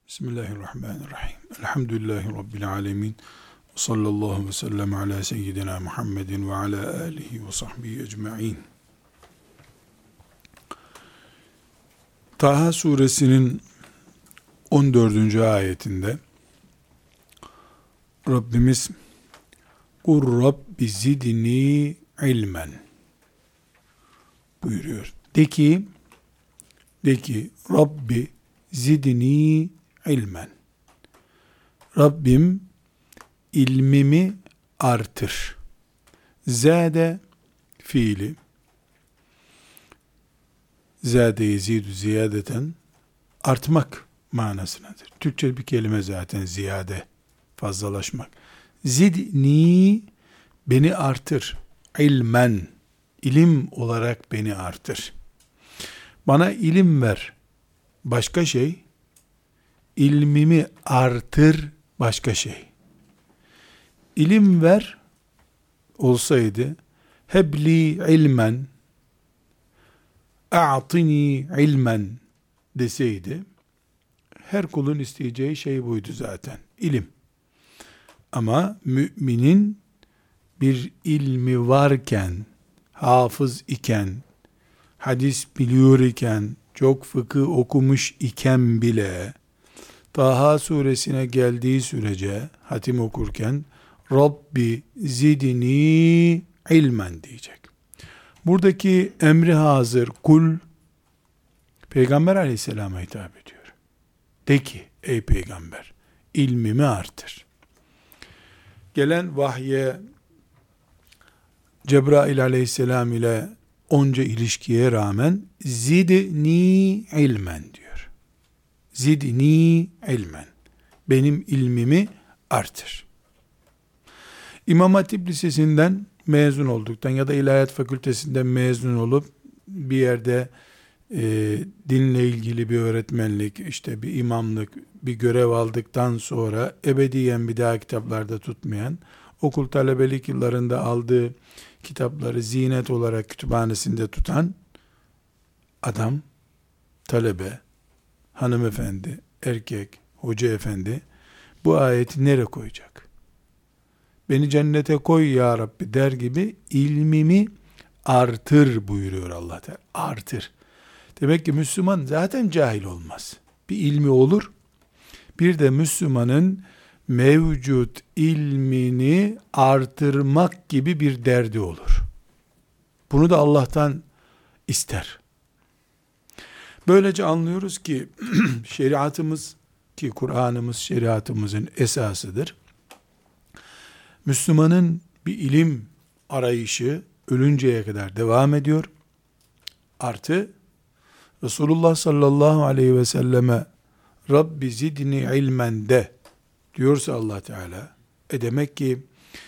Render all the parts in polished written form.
Bismillahirrahmanirrahim. Elhamdülillahi Rabbil alemin. Sallallahu ve sellem ala seyyidina Muhammedin ve ala alihi ve sahbihi ecma'in. Taha suresinin 14. ayetinde Rabbimiz "Kur Rabbi zidni ilmen" buyuruyor. De ki Rabbi zidni ilmen. Rabbim ilmimi artır. Zade fiili. Zade yezidu ziyadeten, artmak manasındadır. Türkçe bir kelime zaten ziyade, fazlalaşmak. Zidni, beni artır. İlmen, ilim olarak beni artır. Bana ilim ver, başka şey. İlmimi artır, başka şey. İlim ver olsaydı, hebli ilmen, a'tini ilmen deseydi, her kulun isteyeceği şey buydu zaten, ilim. Ama müminin bir ilmi varken, hafız iken, hadis biliyor iken, çok fıkıh okumuş iken bile, Taha suresine geldiği sürece hatim okurken Rabbi zidni ilmen diyecek. Buradaki emri hazır kul Peygamber aleyhisselama hitap ediyor. De ki ey peygamber, ilmimi artır. Gelen vahye Cebrail aleyhisselam ile onca ilişkiye rağmen zidni ilmen diyor. Zidni ilmen. Benim ilmimi artır. İmam Hatip Lisesi'nden mezun olduktan ya da İlahiyat Fakültesinden mezun olup bir yerde dinle ilgili bir öğretmenlik, işte bir imamlık, bir görev aldıktan sonra ebediyen bir daha kitaplarda tutmayan, okul talebelik yıllarında aldığı kitapları zinet olarak kütüphanesinde tutan adam, talebe, hanımefendi, erkek, hoca efendi bu ayeti nereye koyacak? Beni cennete koy ya Rabbi der gibi ilmimi artır buyuruyor Allah Teala. Artır. Demek ki Müslüman zaten cahil olmaz. Bir ilmi olur. Bir de Müslümanın mevcut ilmini artırmak gibi bir derdi olur. Bunu da Allah'tan ister. Böylece anlıyoruz ki şeriatımız, ki Kur'an'ımız şeriatımızın esasıdır. Müslümanın bir ilim arayışı ölünceye kadar devam ediyor. Artı Resulullah sallallahu aleyhi ve selleme Rabbi zidni ilmen de diyorsa Allah Teala, demek ki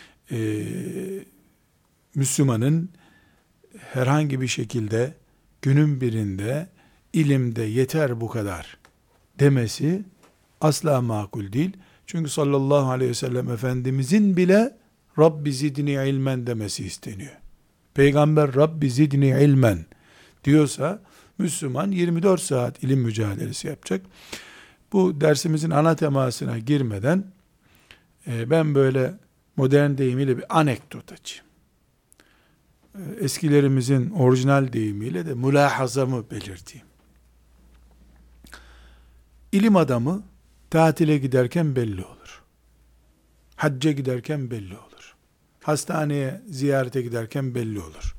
Müslümanın herhangi bir şekilde günün birinde ilimde yeter bu kadar demesi asla makul değil. Çünkü sallallahu aleyhi ve sellem Efendimizin bile Rabbi zidni ilmen demesi isteniyor. Peygamber Rabbi zidni ilmen diyorsa Müslüman 24 saat ilim mücadelesi yapacak. Bu dersimizin ana temasına girmeden ben böyle modern deyimiyle bir anekdot açayım. Eskilerimizin orijinal deyimiyle de mülahazamı belirteyim. İlim adamı tatile giderken belli olur. Hacca giderken belli olur. Hastaneye ziyarete giderken belli olur.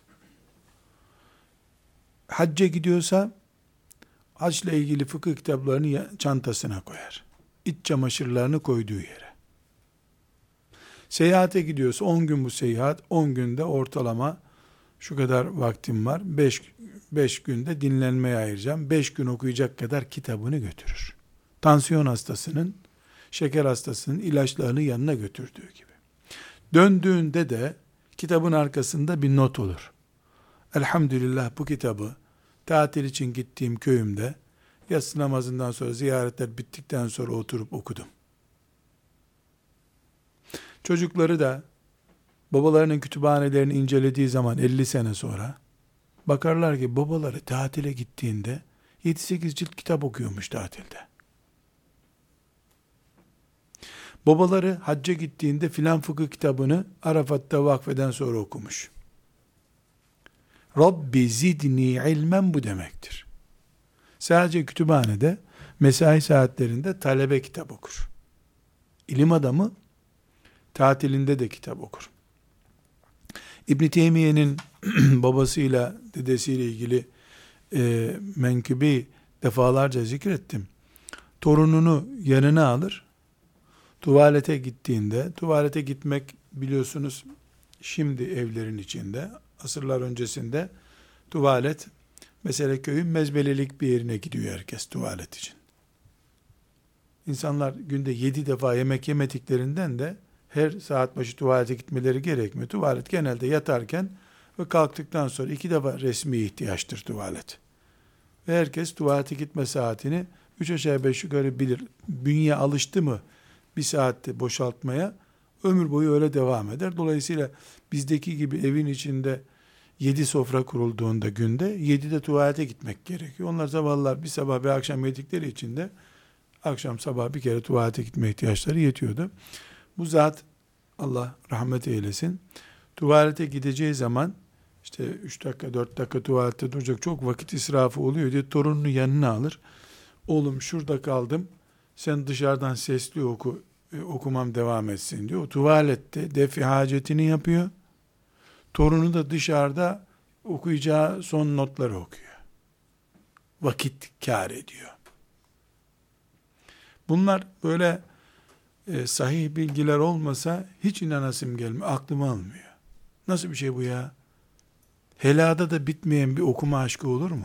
Hacca gidiyorsa haçla ilgili fıkıh kitaplarını çantasına koyar. İç çamaşırlarını koyduğu yere. Seyahate gidiyorsa 10 gün bu seyahat, 10 günde ortalama şu kadar vaktim var, 5 günde dinlenmeye ayıracağım, 5 gün okuyacak kadar kitabını götürür. Tansiyon hastasının, şeker hastasının ilaçlarını yanına götürdüğü gibi. Döndüğünde de kitabın arkasında bir not olur. Elhamdülillah bu kitabı tatil için gittiğim köyümde yatsı namazından sonra ziyaretler bittikten sonra oturup okudum. Çocukları da babalarının kütüphanelerini incelediği zaman 50 sene sonra bakarlar ki babaları tatile gittiğinde 7-8 cilt kitap okuyormuş tatilde. Babaları hacca gittiğinde filan fıkıh kitabını Arafat'ta vakfeden sonra okumuş. Rabbi zidni ilmen bu demektir. Sadece kütüphanede, mesai saatlerinde talebe kitap okur. İlim adamı tatilinde de kitap okur. İbn Teymiye'nin babasıyla, dedesiyle ilgili menkıbeyi defalarca zikrettim. Torununu yanına alır, tuvalete gittiğinde, tuvalete gitmek biliyorsunuz şimdi evlerin içinde, asırlar öncesinde tuvalet, mesela köyün mezbelelik bir yerine gidiyor herkes tuvalet için. İnsanlar günde 7 defa yemek yemediklerinden de her saat başı tuvalete gitmeleri gerekmiyor. Tuvalet genelde yatarken ve kalktıktan sonra 2 defa resmi ihtiyaçtır tuvalet. Ve herkes tuvalete gitme saatini 3 aşağı 5 yukarı bilir. Bünye alıştı mı bir saatte boşaltmaya, ömür boyu öyle devam eder. Dolayısıyla bizdeki gibi evin içinde 7 sofra kurulduğunda günde 7'de tuvalete gitmek gerekiyor. Onlar zavallılar bir sabah bir akşam yedikleri için de akşam sabah bir kere tuvalete gitme ihtiyaçları yetiyordu. Bu zat, Allah rahmet eylesin, tuvalete gideceği zaman işte 3 dakika 4 dakika tuvalette duracak, çok vakit israfı oluyor diye torununu yanına alır. Oğlum şurada kaldım, sen dışarıdan sesli oku, okumam devam etsin diyor. O tuvalette defi hacetini yapıyor. Torunu da dışarıda okuyacağı son notları okuyor. Vakit kâr ediyor. Bunlar böyle sahih bilgiler olmasa hiç inanasım gelmiyor, aklım almıyor. Nasıl bir şey bu ya? Helada da bitmeyen bir okuma aşkı olur mu?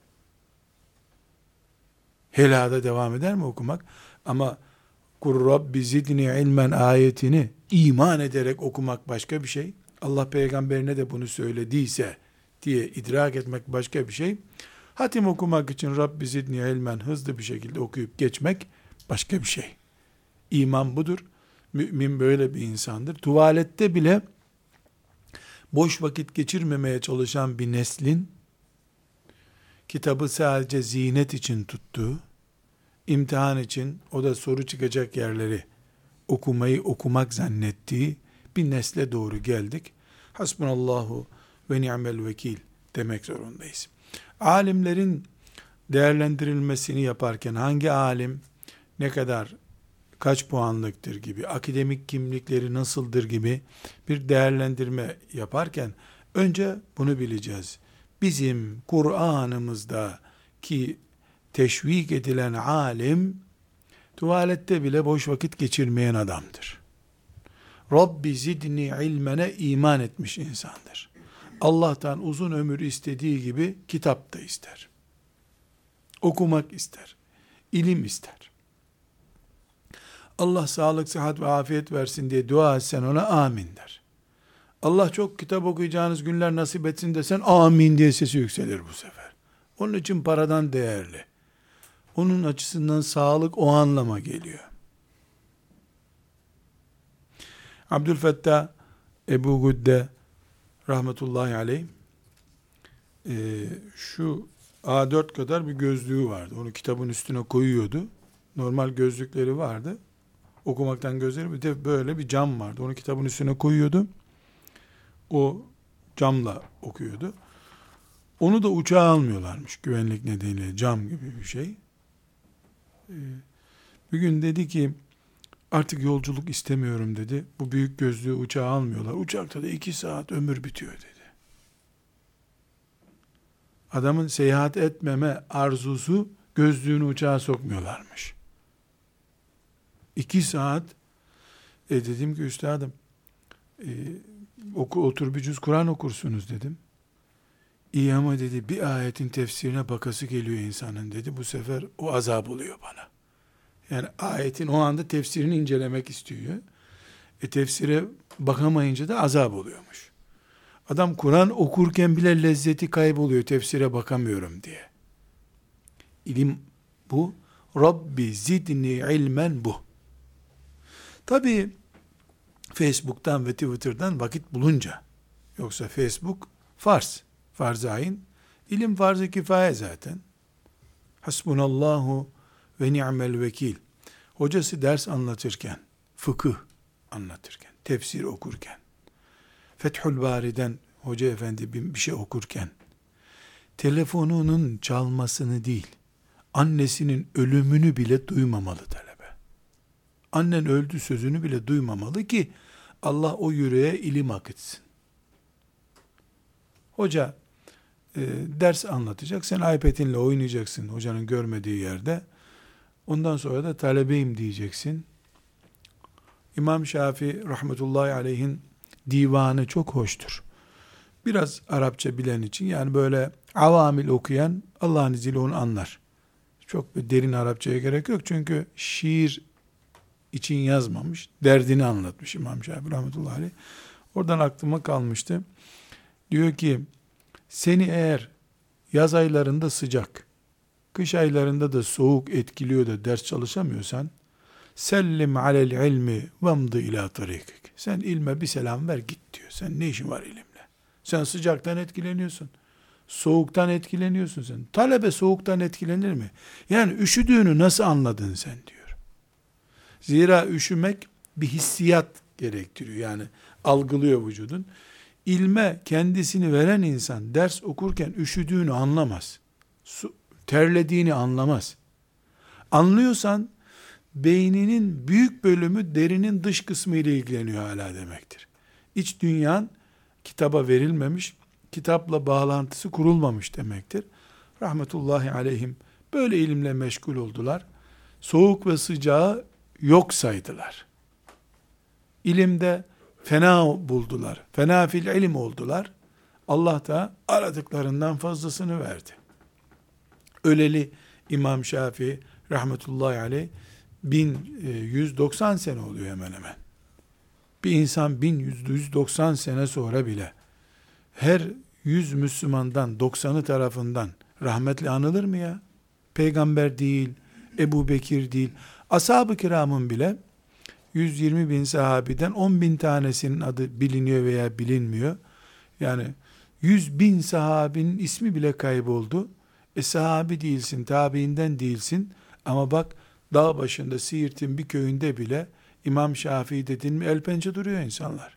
Helada devam eder mi okumak? Ama Kur Rabbi zidni ilmen ayetini iman ederek okumak başka bir şey. Allah peygamberine de bunu söylediyse diye idrak etmek başka bir şey. Hatim okumak için Rabbi zidni ilmen hızlı bir şekilde okuyup geçmek başka bir şey. İman budur. Mümin böyle bir insandır. Tuvalette bile boş vakit geçirmemeye çalışan bir neslin kitabı sadece zinet için tuttuğu, imtihan için, o da soru çıkacak yerleri okumayı okumak zannettiği bir nesle doğru geldik. Hasbunallahu ve ni'mel vekil demek zorundayız. Alimlerin değerlendirilmesini yaparken hangi alim ne kadar, kaç puanlıktır gibi, akademik kimlikleri nasıldır gibi bir değerlendirme yaparken önce bunu bileceğiz. Bizim Kur'an'ımızda ki teşvik edilen alim, tuvalette bile boş vakit geçirmeyen adamdır. Rabbi zidni ilmene iman etmiş insandır. Allah'tan uzun ömür istediği gibi kitap da ister. Okumak ister. İlim ister. Allah sağlık, sıhhat ve afiyet versin diye dua etsen ona amin der. Allah çok kitap okuyacağınız günler nasip etsin desen amin diye sesi yükselir bu sefer. Onun için paradan değerli. Onun açısından sağlık o anlama geliyor. Abdülfettah Ebu Güdde rahmetullahi aleyh şu A4 kadar bir gözlüğü vardı. Onu kitabın üstüne koyuyordu. Normal gözlükleri vardı. Okumaktan gözleri, bir de böyle bir cam vardı. Onu kitabın üstüne koyuyordu. O camla okuyordu. Onu da uçağa almıyorlarmış güvenlik nedeniyle, cam gibi bir şey. Bir gün dedi ki artık yolculuk istemiyorum dedi. Bu büyük gözlüğü uçağa almıyorlar. Uçakta da 2 saat ömür bitiyor dedi. Adamın seyahat etmeme arzusu gözlüğünü uçağa sokmuyorlarmış. 2 saat dedim ki üstadım otur bir cüz Kur'an okursunuz dedim. İyi ama dedi bir ayetin tefsirine bakası geliyor insanın dedi. Bu sefer o azap oluyor bana. Yani ayetin o anda tefsirini incelemek istiyor. Tefsire bakamayınca da azap oluyormuş. Adam Kur'an okurken bile lezzeti kayboluyor tefsire bakamıyorum diye. İlim bu. Rabbi zidni ilmen bu. Tabii Facebook'tan ve Twitter'dan vakit bulunca, yoksa Facebook farz, farz-ı ayn, ilim farz-ı kifaye zaten. Hasbunallahu ve ni'mel vekil. Hocası ders anlatırken, fıkıh anlatırken, tefsir okurken, Fethül Bari'den hoca efendi bir şey okurken, telefonunun çalmasını değil, annesinin ölümünü bile duymamalı talebe. Annen öldü sözünü bile duymamalı ki Allah o yüreğe ilim akıtsın. Hoca ders anlatacak, sen iPad'inle oynayacaksın hocanın görmediği yerde. Ondan sonra da talebeyim diyeceksin. İmam Şafii rahmetullahi aleyhin divanı çok hoştur. Biraz Arapça bilen için, yani böyle avamil okuyan Allah'ın izniyle onu anlar. Çok derin Arapçaya gerek yok çünkü şiir için yazmamış, derdini anlatmış İmam Şafii rahmetullahi aleyh. Oradan aklıma kalmıştı. Diyor ki, seni eğer yaz aylarında sıcak, kış aylarında da soğuk etkiliyor da ders çalışamıyorsan, sellim alel ilmi vemdı ila tarikik. Sen ilme bir selam ver git diyor. Sen ne işin var ilimle? Sen sıcaktan etkileniyorsun. Soğuktan etkileniyorsun sen. Talebe soğuktan etkilenir mi? Yani üşüdüğünü nasıl anladın sen diyor. Zira üşümek bir hissiyat gerektiriyor. Yani algılıyor vücudun. İlme kendisini veren insan ders okurken üşüdüğünü anlamaz. Terlediğini anlamaz. Anlıyorsan beyninin büyük bölümü derinin dış kısmı ile ilgileniyor hala demektir. İç dünyan kitaba verilmemiş, kitapla bağlantısı kurulmamış demektir. Rahmetullahi aleyhim böyle ilimle meşgul oldular. Soğuk ve sıcağı yok saydılar. İlimde fena buldular. Fena fil ilim oldular. Allah da aradıklarından fazlasını verdi. Öleli İmam Şafii rahmetullahi aleyh 1190 sene oluyor hemen hemen. Bir insan 1190 sene sonra bile her 100 Müslümandan 90'ı tarafından rahmetli anılır mı ya? Peygamber değil, Ebu Bekir değil. Ashab-ı kiramın bile 120 bin sahabiden 10 bin tanesinin adı biliniyor veya bilinmiyor. Yani 100 bin sahabinin ismi bile kayboldu. Sahabi değilsin, tabiinden değilsin. Ama bak dağ başında Siirt'in bir köyünde bile İmam Şafii dedin mi el pençe duruyor insanlar.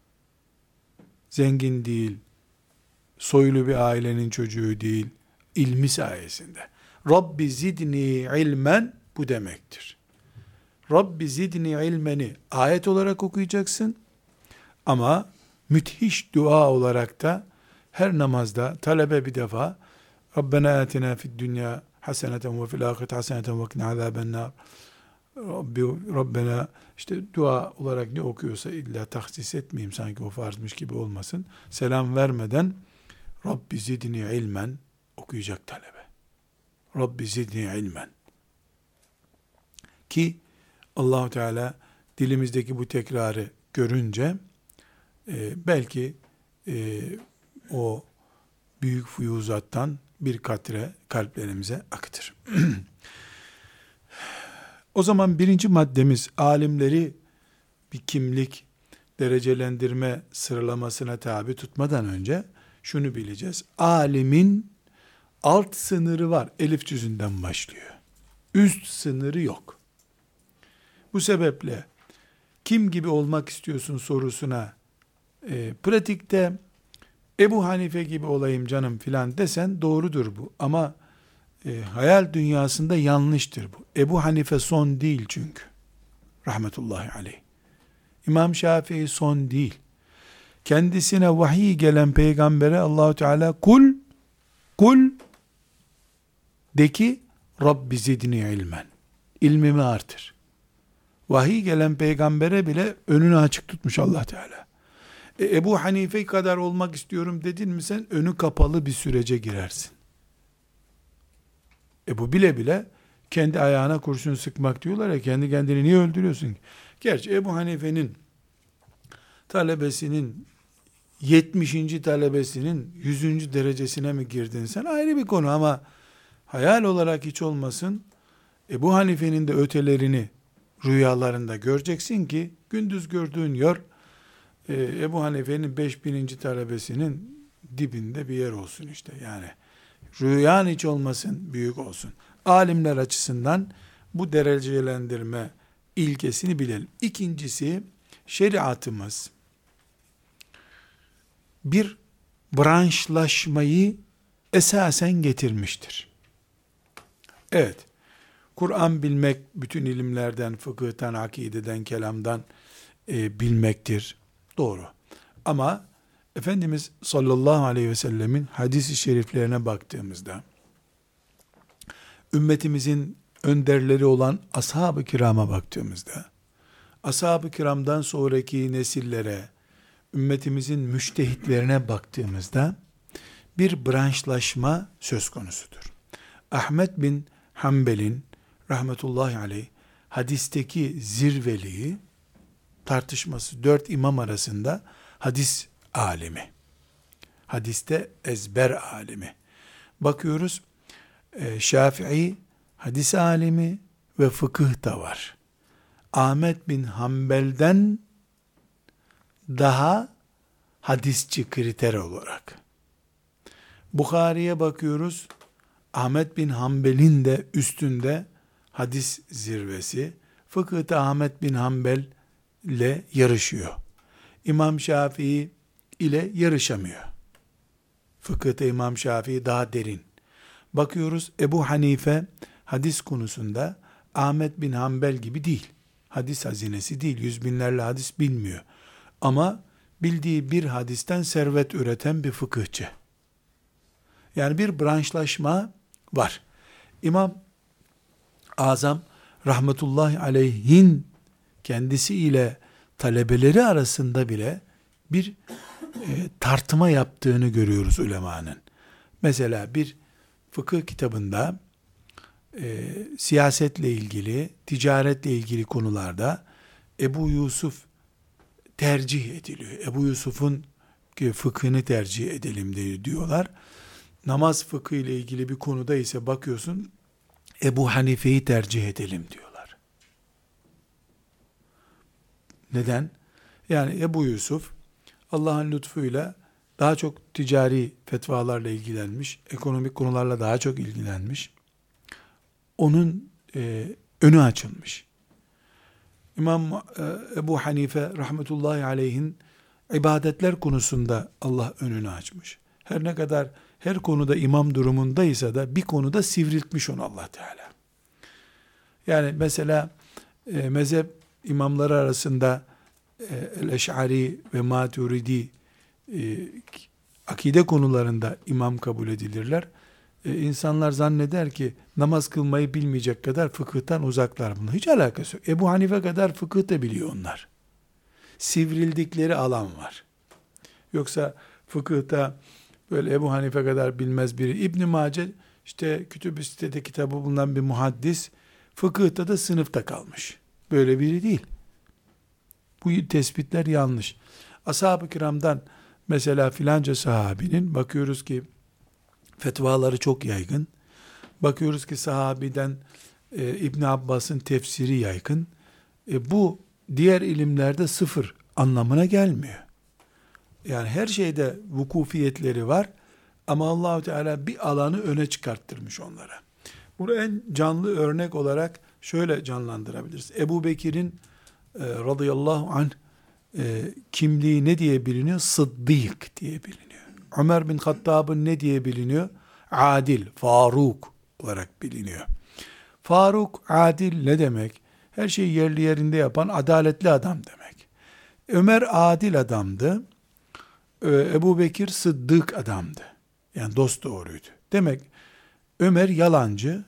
Zengin değil, soylu bir ailenin çocuğu değil, ilmi sayesinde. Rabbi zidni ilmen bu demektir. Rabbi zidni ilmeni ayet olarak okuyacaksın ama müthiş dua olarak da her namazda talebe bir defa Rabbena atina fid dünya haseneten ve fil ahireti haseneten ve kina azabennar. Rabbena işte dua olarak ne okuyorsa illa tahsis etmeyeyim sanki o farzmış gibi olmasın. Selam vermeden Rabbi zidni ilmen okuyacak talebe. Rabbi zidni ilmen. Ki Allah-u Teala dilimizdeki bu tekrarı görünce belki o büyük fuyuzattan bir katre kalplerimize akıtır. O zaman birinci maddemiz, alimleri bir kimlik, derecelendirme sıralamasına tabi tutmadan önce şunu bileceğiz. Alimin alt sınırı var. Elif cüzünden başlıyor. Üst sınırı yok. Bu sebeple kim gibi olmak istiyorsun sorusuna pratikte Ebu Hanife gibi olayım canım filan desen doğrudur bu. Ama hayal dünyasında yanlıştır bu. Ebu Hanife son değil çünkü. Rahmetullahi aleyh. İmam Şafii son değil. Kendisine vahiy gelen peygambere Allahu Teala kul de ki Rabbi zidni ilmen. İlmimi artır. Vahiy gelen peygambere bile önünü açık tutmuş Allah Teala. Ebu Hanife kadar olmak istiyorum dedin mi sen önü kapalı bir sürece girersin. Bu bile bile kendi ayağına kurşun sıkmak diyorlar ya, kendi kendini niye öldürüyorsun ki? Gerçi Ebu Hanife'nin talebesinin 70. talebesinin 100. derecesine mi girdin sen ayrı bir konu ama hayal olarak hiç olmasın Ebu Hanife'nin de ötelerini rüyalarında göreceksin ki gündüz gördüğün yer Ebu Hanife'nin 5000. talebesinin dibinde bir yer olsun işte yani. Rüyan hiç olmasın, büyük olsun. Alimler açısından bu derecelendirme ilkesini bilelim. İkincisi, şeriatımız bir branşlaşmayı esasen getirmiştir. Evet, Kur'an bilmek bütün ilimlerden, fıkıhtan, akideden, kelamdan bilmektir. Doğru. Ama Efendimiz sallallahu aleyhi ve sellemin hadis-i şeriflerine baktığımızda, ümmetimizin önderleri olan ashab-ı kirama baktığımızda, ashab-ı kiramdan sonraki nesillere, ümmetimizin müştehitlerine baktığımızda, bir branşlaşma söz konusudur. Ahmet bin Hanbel'in rahmetullahi aleyh hadisteki zirveliği tartışması 4 imam arasında hadis alimi. Hadiste ezber alimi. Bakıyoruz Şafii hadis alimi ve fıkıh da var. Ahmet bin Hanbel'den daha hadisçi kriter olarak. Bukhari'ye bakıyoruz. Ahmet bin Hanbel'in de üstünde hadis zirvesi. Fıkıhta Ahmet bin Hanbel ile yarışıyor. İmam Şafii ile yarışamıyor. Fıkıhta İmam Şafii daha derin. Bakıyoruz Ebu Hanife hadis konusunda Ahmet bin Hanbel gibi değil. Hadis hazinesi değil. Yüz binlerle hadis bilmiyor. Ama bildiği bir hadisten servet üreten bir fıkıhçı. Yani bir branşlaşma var. İmam Azam rahmetullahi aleyhin kendisi ile talebeleri arasında bile bir tartma yaptığını görüyoruz ulemanın. Mesela bir fıkıh kitabında siyasetle ilgili, ticaretle ilgili konularda Ebu Yusuf tercih ediliyor. Ebu Yusuf'un fıkhını tercih edelim diyorlar. Namaz fıkhı ile ilgili bir konuda ise bakıyorsun Ebu Hanife'yi tercih edelim diyorlar. Neden? Yani Ebu Yusuf Allah'ın lütfuyla daha çok ticari fetvalarla ilgilenmiş, ekonomik konularla daha çok ilgilenmiş. Onun önü açılmış. İmam Ebu Hanife rahmetullahi aleyhin ibadetler konusunda Allah önünü açmış. Her ne kadar her konuda imam durumundaysa da bir konuda sivriltmiş onu Allah Teala. Yani mesela mezhep imamları arasında El-Eş'ari ve Maturidi akide konularında imam kabul edilirler. İnsanlar zanneder ki namaz kılmayı bilmeyecek kadar fıkıhtan uzaklar bunlar. Hiç alakası yok. Ebu Hanife kadar fıkıh da biliyor onlar. Sivrildikleri alan var. Yoksa fıkıhta böyle Ebu Hanife kadar bilmez biri. İbn Mace işte Kütüb-i Sitte'de kitabı bulunan bir muhaddis, fıkıhta da sınıfta kalmış. Böyle biri değil. Bu tespitler yanlış. Ashab-ı kiramdan mesela filanca sahabinin bakıyoruz ki fetvaları çok yaygın. Bakıyoruz ki sahabiden İbn Abbas'ın tefsiri yaygın. Bu diğer ilimlerde sıfır anlamına gelmiyor. Yani her şeyde vukufiyetleri var ama Allah-u Teala bir alanı öne çıkarttırmış onlara. Bunu en canlı örnek olarak şöyle canlandırabiliriz. Ebu Bekir'in radıyallahu anh kimliği ne diye biliniyor? Sıddık diye biliniyor. Ömer bin Hattab'ın ne diye biliniyor? Adil, Faruk olarak biliniyor. Faruk, adil ne demek? Her şeyi yerli yerinde yapan adaletli adam demek. Ömer adil adamdı. Ebu Bekir sıddık adamdı. Yani dost doğruydu. Demek Ömer yalancı,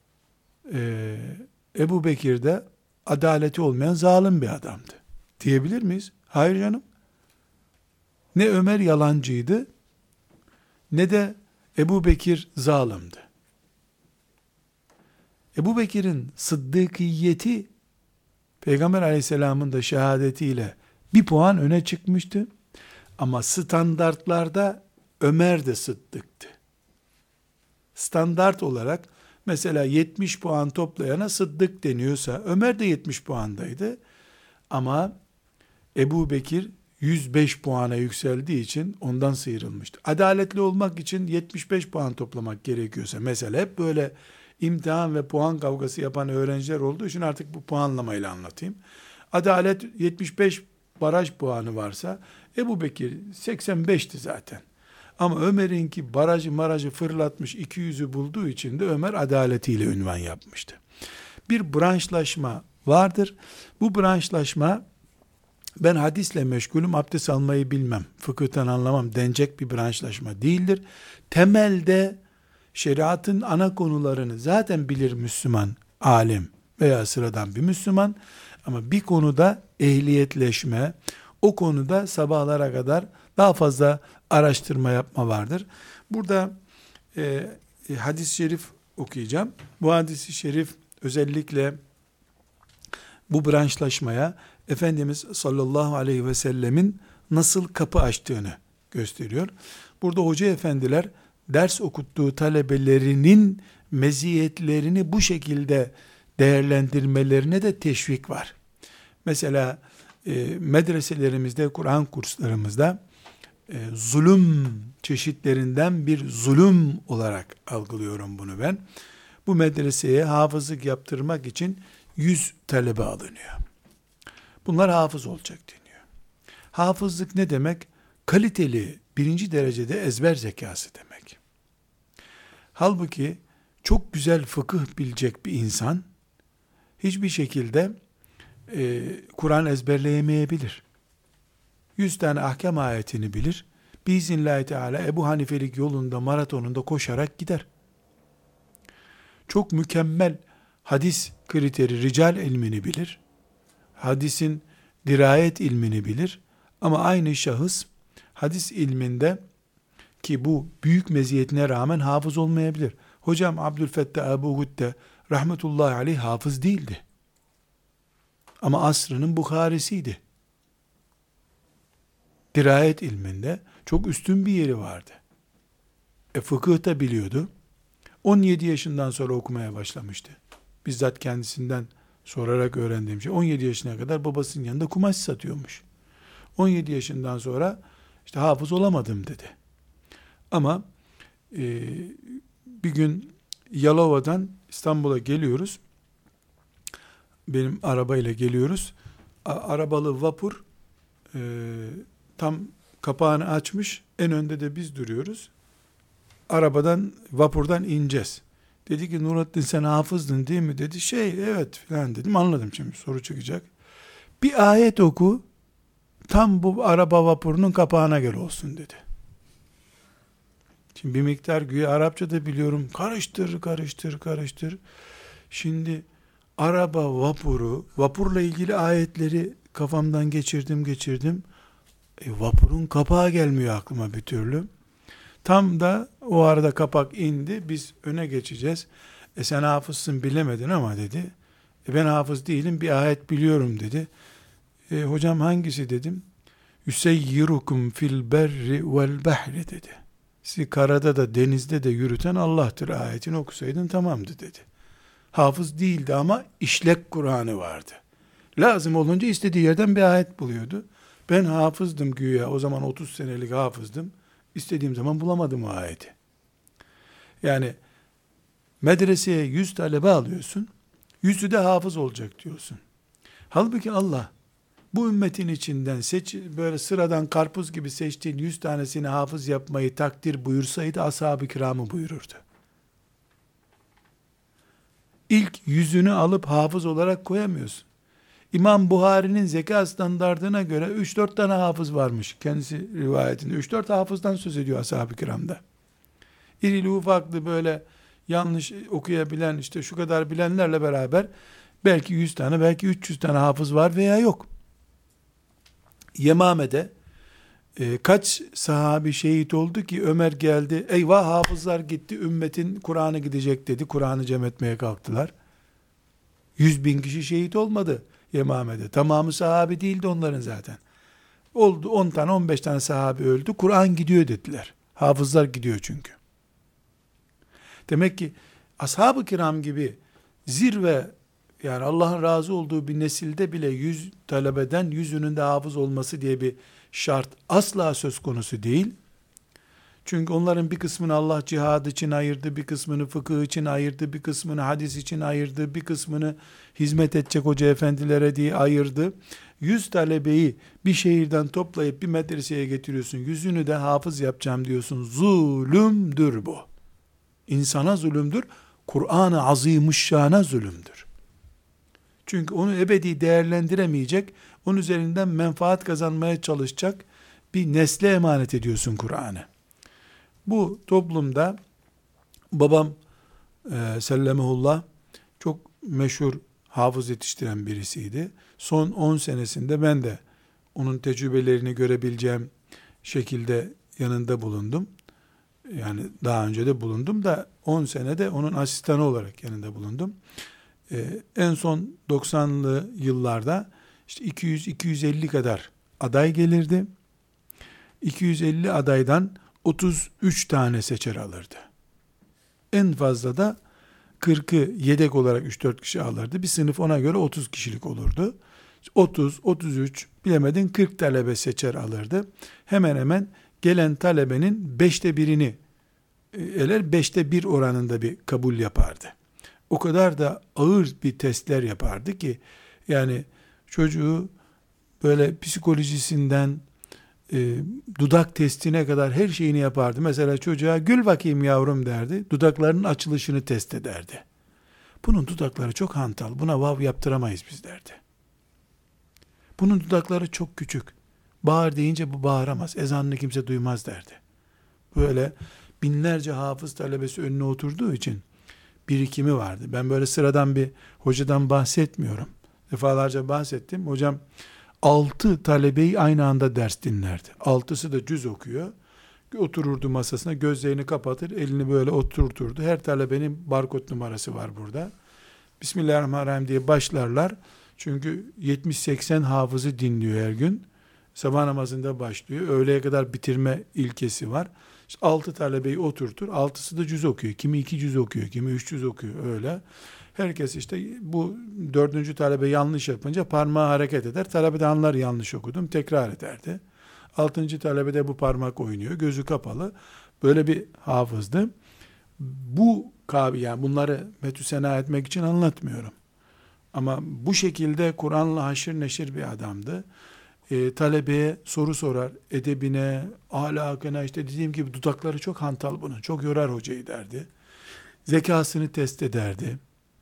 Ebu Bekir de adaleti olmayan zalim bir adamdı. Diyebilir miyiz? Hayır canım. Ne Ömer yalancıydı, ne de Ebu Bekir zalimdi. Ebu Bekir'in sıddıkiyeti, Peygamber aleyhisselamın da şehadetiyle bir puan öne çıkmıştı. Ama standartlarda Ömer de sıddıktı. Standart olarak mesela 70 puan toplayana sıddık deniyorsa Ömer de 70 puandaydı. Ama Ebu Bekir 105 puana yükseldiği için ondan sıyrılmıştı. Adaletli olmak için 75 puan toplamak gerekiyorsa mesela hep böyle imtihan ve puan kavgası yapan öğrenciler olduğu için artık bu puanlamayla anlatayım. Adalet 75 baraj puanı varsa Ebu Bekir 85'ti zaten. Ama Ömer'inki barajı fırlatmış 200'ü bulduğu için de Ömer adaletiyle ünvan yapmıştı. Bir branşlaşma vardır. Bu branşlaşma, ben hadisle meşgulüm, abdest almayı bilmem, fıkıhtan anlamam denecek bir branşlaşma değildir. Temelde şeriatın ana konularını zaten bilir Müslüman, alim veya sıradan bir Müslüman. Ama bir konuda ehliyetleşme, o konuda sabahlara kadar daha fazla araştırma yapma vardır. Burada hadis-i şerif okuyacağım. Bu hadis-i şerif özellikle bu branşlaşmaya Efendimiz sallallahu aleyhi ve sellemin nasıl kapı açtığını gösteriyor. Burada hoca efendiler ders okuttuğu talebelerinin meziyetlerini bu şekilde değerlendirmelerine de teşvik var. Mesela medreselerimizde, Kur'an kurslarımızda zulüm çeşitlerinden bir zulüm olarak algılıyorum bunu ben. Bu medreseye hafızlık yaptırmak için 100 talebe alınıyor. Bunlar hafız olacak deniyor. Hafızlık ne demek? Kaliteli, birinci derecede ezber zekası demek. Halbuki çok güzel fıkıh bilecek bir insan hiçbir şekilde Kur'an ezberleyemeyebilir. 100 tane ahkam ayetini bilir. Biiznillahü Teala Ebu Hanifelik yolunda, maratonunda koşarak gider. Çok mükemmel hadis kriteri, rical ilmini bilir. Hadisin dirayet ilmini bilir. Ama aynı şahıs hadis ilminde, ki bu büyük meziyetine rağmen, hafız olmayabilir. Hocam Abdülfettah Ebu Hudde rahmetullahi aleyh hafız değildi. Ama asrının Bukhari'siydi. Dirayet ilminde çok üstün bir yeri vardı. Fıkıh da biliyordu. 17 yaşından sonra okumaya başlamıştı. Bizzat kendisinden sorarak öğrendiğim şey, 17 yaşına kadar babasının yanında kumaş satıyormuş. 17 yaşından sonra işte hafız olamadım dedi. Ama bir gün Yalova'dan İstanbul'a geliyoruz. Benim arabayla geliyoruz. Arabalı vapur tam kapağını açmış. En önde de biz duruyoruz. Vapurdan ineceğiz. Dedi ki Nurattin sen hafızdın değil mi? Dedi evet filan dedim. Anladım, şimdi soru çıkacak. Bir ayet oku, tam bu araba vapurunun kapağına göre olsun dedi. Şimdi bir miktar güya Arapça da biliyorum. Karıştır. Şimdi araba vapurla ilgili ayetleri kafamdan geçirdim. Vapurun kapağı gelmiyor aklıma bir türlü. Tam da o arada kapak indi. Biz öne geçeceğiz. Sen hafızsın bilemedin ama dedi. Ben hafız değilim, bir ayet biliyorum dedi. Hocam hangisi dedim. Yüseyyirukum fil berri vel bahri dedi. Sizi karada da denizde de yürüten Allah'tır ayetini okusaydın tamamdı dedi. Hafız değildi ama işlek Kur'an'ı vardı. Lazım olunca istediği yerden bir ayet buluyordu. Ben hafızdım güya, o zaman 30 senelik hafızdım. İstediğim zaman bulamadım o ayeti. Yani medreseye 100 talebe alıyorsun, 100'ü de hafız olacak diyorsun. Halbuki Allah bu ümmetin içinden böyle sıradan karpuz gibi seçtiğin 100 tanesini hafız yapmayı takdir buyursaydı ashab-ı kiramı buyururdu. İlk 100'ünü alıp hafız olarak koyamıyorsun. İmam Buhari'nin zeka standardına göre 3-4 tane hafız varmış. Kendisi rivayetinde 3-4 hafızdan söz ediyor ashab-ı kiramda. İrili ufaklı böyle yanlış okuyabilen, işte şu kadar bilenlerle beraber belki 100 tane, belki 300 tane hafız var veya yok. Yemame'de kaç sahabi şehit oldu ki Ömer geldi, eyvah hafızlar gitti, ümmetin Kur'an'ı gidecek dedi, Kur'an'ı cem etmeye kalktılar. 100.000 kişi şehit olmadı Yemame'de. Tamamı sahabi değildi onların zaten. Oldu 10 tane 15 tane sahabi öldü, Kur'an gidiyor dediler. Hafızlar gidiyor çünkü. Demek ki ashab-ı kiram gibi zirve, yani Allah'ın razı olduğu bir nesilde bile 100 talebeden 100'ünün de hafız olması diye bir şart asla söz konusu değil. Çünkü onların bir kısmını Allah cihad için ayırdı, bir kısmını fıkıh için ayırdı, bir kısmını hadis için ayırdı, bir kısmını hizmet edecek hoca efendilere diye ayırdı. 100 talebeyi bir şehirden toplayıp bir medreseye getiriyorsun. 100'ünü de hafız yapacağım diyorsun. Zulümdür bu. İnsana zulümdür. Kur'an-ı Azimuşşan'a zulümdür. Çünkü onu ebedi değerlendiremeyecek, onun üzerinden menfaat kazanmaya çalışacak bir nesle emanet ediyorsun Kur'an'ı. Bu toplumda babam sellemehullah çok meşhur hafız yetiştiren birisiydi. Son 10 senesinde ben de onun tecrübelerini görebileceğim şekilde yanında bulundum. Yani daha önce de bulundum da 10 senede onun asistanı olarak yanında bulundum. En son 90'lı yıllarda işte 200-250 kadar aday gelirdi. 250 adaydan 33 tane seçer alırdı. En fazla da 40'ı yedek olarak 3-4 kişi alırdı. Bir sınıf ona göre 30 kişilik olurdu. 30, 33, bilemedin 40 talebe seçer alırdı. Hemen hemen gelen talebenin 5'te birini eler 5'te 1 oranında bir kabul yapardı. O kadar da ağır bir testler yapardı ki yani çocuğu böyle psikolojisinden dudak testine kadar her şeyini yapardı. Mesela çocuğa gül bakayım yavrum derdi. Dudaklarının açılışını test ederdi. Bunun dudakları çok hantal. Buna vav yaptıramayız biz derdi. Bunun dudakları çok küçük. Bağır deyince bu bağıramaz. Ezanını kimse duymaz derdi. Böyle binlerce hafız talebesi önüne oturduğu için birikimi vardı. Ben böyle sıradan bir hocadan bahsetmiyorum. Defalarca bahsettim. Hocam 6 talebeyi aynı anda ders dinlerdi. 6'sı da cüz okuyor. Otururdu masasına, gözlerini kapatır, elini böyle oturturdu. Her talebenin barkod numarası var burada. Bismillahirrahmanirrahim diye başlarlar. Çünkü 70-80 hafızı dinliyor her gün. Sabah namazında başlıyor. Öğleye kadar bitirme ilkesi var. İşte 6 talebeyi oturtur. 6'sı da cüz okuyor. Kimi 2 cüz okuyor, kimi 3 cüz okuyor öyle. Herkes işte bu 4. talebe yanlış yapınca parmağı hareket eder. Talebe de anlar yanlış okudum. Tekrar ederdi. 6. talebede bu parmak oynuyor. Gözü kapalı. Böyle bir hafızdı. Bu yani bunları metü sena etmek için anlatmıyorum. Ama bu şekilde Kur'an'la haşır neşir bir adamdı. Talebeye soru sorar. Edebine, ahlakına, işte dediğim gibi dudakları çok hantal bunun. Çok yorar hocayı derdi. Zekasını test ederdi.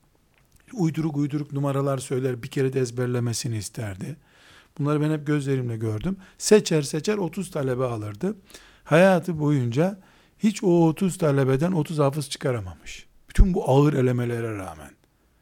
Uyduruk numaralar söyler. Bir kere de ezberlemesini isterdi. Bunları ben hep gözlerimle gördüm. Seçer 30 talebe alırdı. Hayatı boyunca hiç o 30 talebeden 30 hafız çıkaramamış. Bütün bu ağır elemelere rağmen.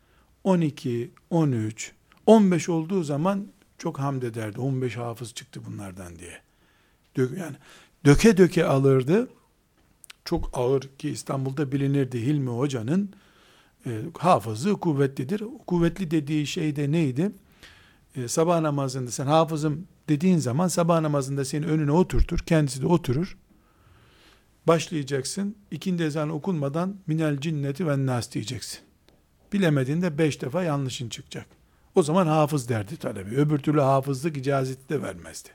12, 13, 15 olduğu zaman çok hamd ederdi. 15 hafız çıktı bunlardan diye. Yani döke döke alırdı. Çok ağır ki İstanbul'da bilinirdi Hilmi Hoca'nın hafızı kuvvetlidir. Kuvvetli dediği şey de neydi? Sabah namazında sen hafızım dediğin zaman sabah namazında seni önüne oturtur. Kendisi de oturur. Başlayacaksın. İkindi ezanı okunmadan minel cinneti ve nas diyeceksin. Bilemediğinde 5 defa yanlışın çıkacak. O zaman hafız derdi talebi. Öbür türlü hafızlık icazeti de vermezdi.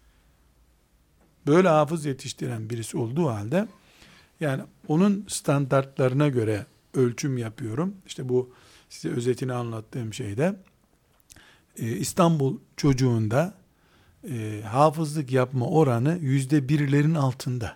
Böyle hafız yetiştiren birisi olduğu halde yani onun standartlarına göre ölçüm yapıyorum. İşte bu size özetini anlattığım şeyde İstanbul çocuğunda hafızlık yapma oranı %1'lerin altında.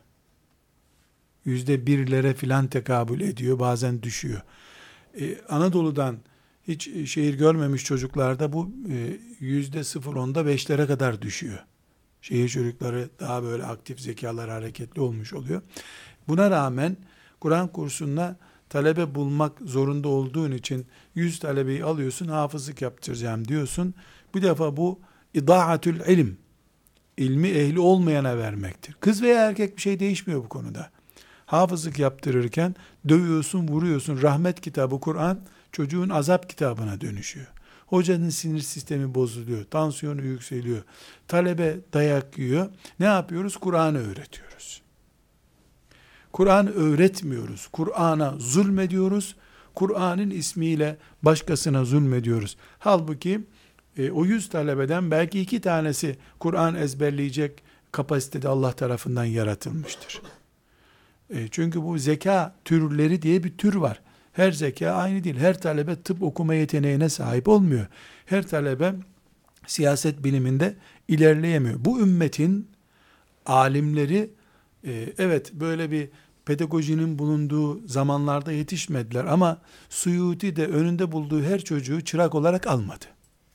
%1'lere filan tekabül ediyor. Bazen düşüyor. Anadolu'dan hiç şehir görmemiş çocuklarda bu %0.10'da 5'lere kadar düşüyor. Şehir çocukları daha böyle aktif zekalar hareketli olmuş oluyor. Buna rağmen Kur'an kursuna talebe bulmak zorunda olduğun için 100 talebeyi alıyorsun, hafızlık yaptıracağım diyorsun. Bir defa bu idâatül ilim, ilmi ehli olmayana vermektir. Kız veya erkek bir şey değişmiyor bu konuda. Hafızlık yaptırırken dövüyorsun, vuruyorsun. Rahmet kitabı Kur'an çocuğun azap kitabına dönüşüyor. Hocanın sinir sistemi bozuluyor, tansiyonu yükseliyor. Talebe dayak yiyor. Ne yapıyoruz? Kur'an'ı öğretiyoruz. Kur'an öğretmiyoruz. Kur'an'a zulmediyoruz. Kur'an'ın ismiyle başkasına zulmediyoruz. Halbuki o 100 talebeden belki 2 tanesi Kur'an ezberleyecek kapasitede Allah tarafından yaratılmıştır. Çünkü bu zeka türleri diye bir tür var. Her zeka aynı değil. Her talebe tıp okuma yeteneğine sahip olmuyor. Her talebe siyaset biliminde ilerleyemiyor. Bu ümmetin alimleri evet böyle bir pedagojinin bulunduğu zamanlarda yetişmediler ama Suyuti de önünde bulduğu her çocuğu çırak olarak almadı.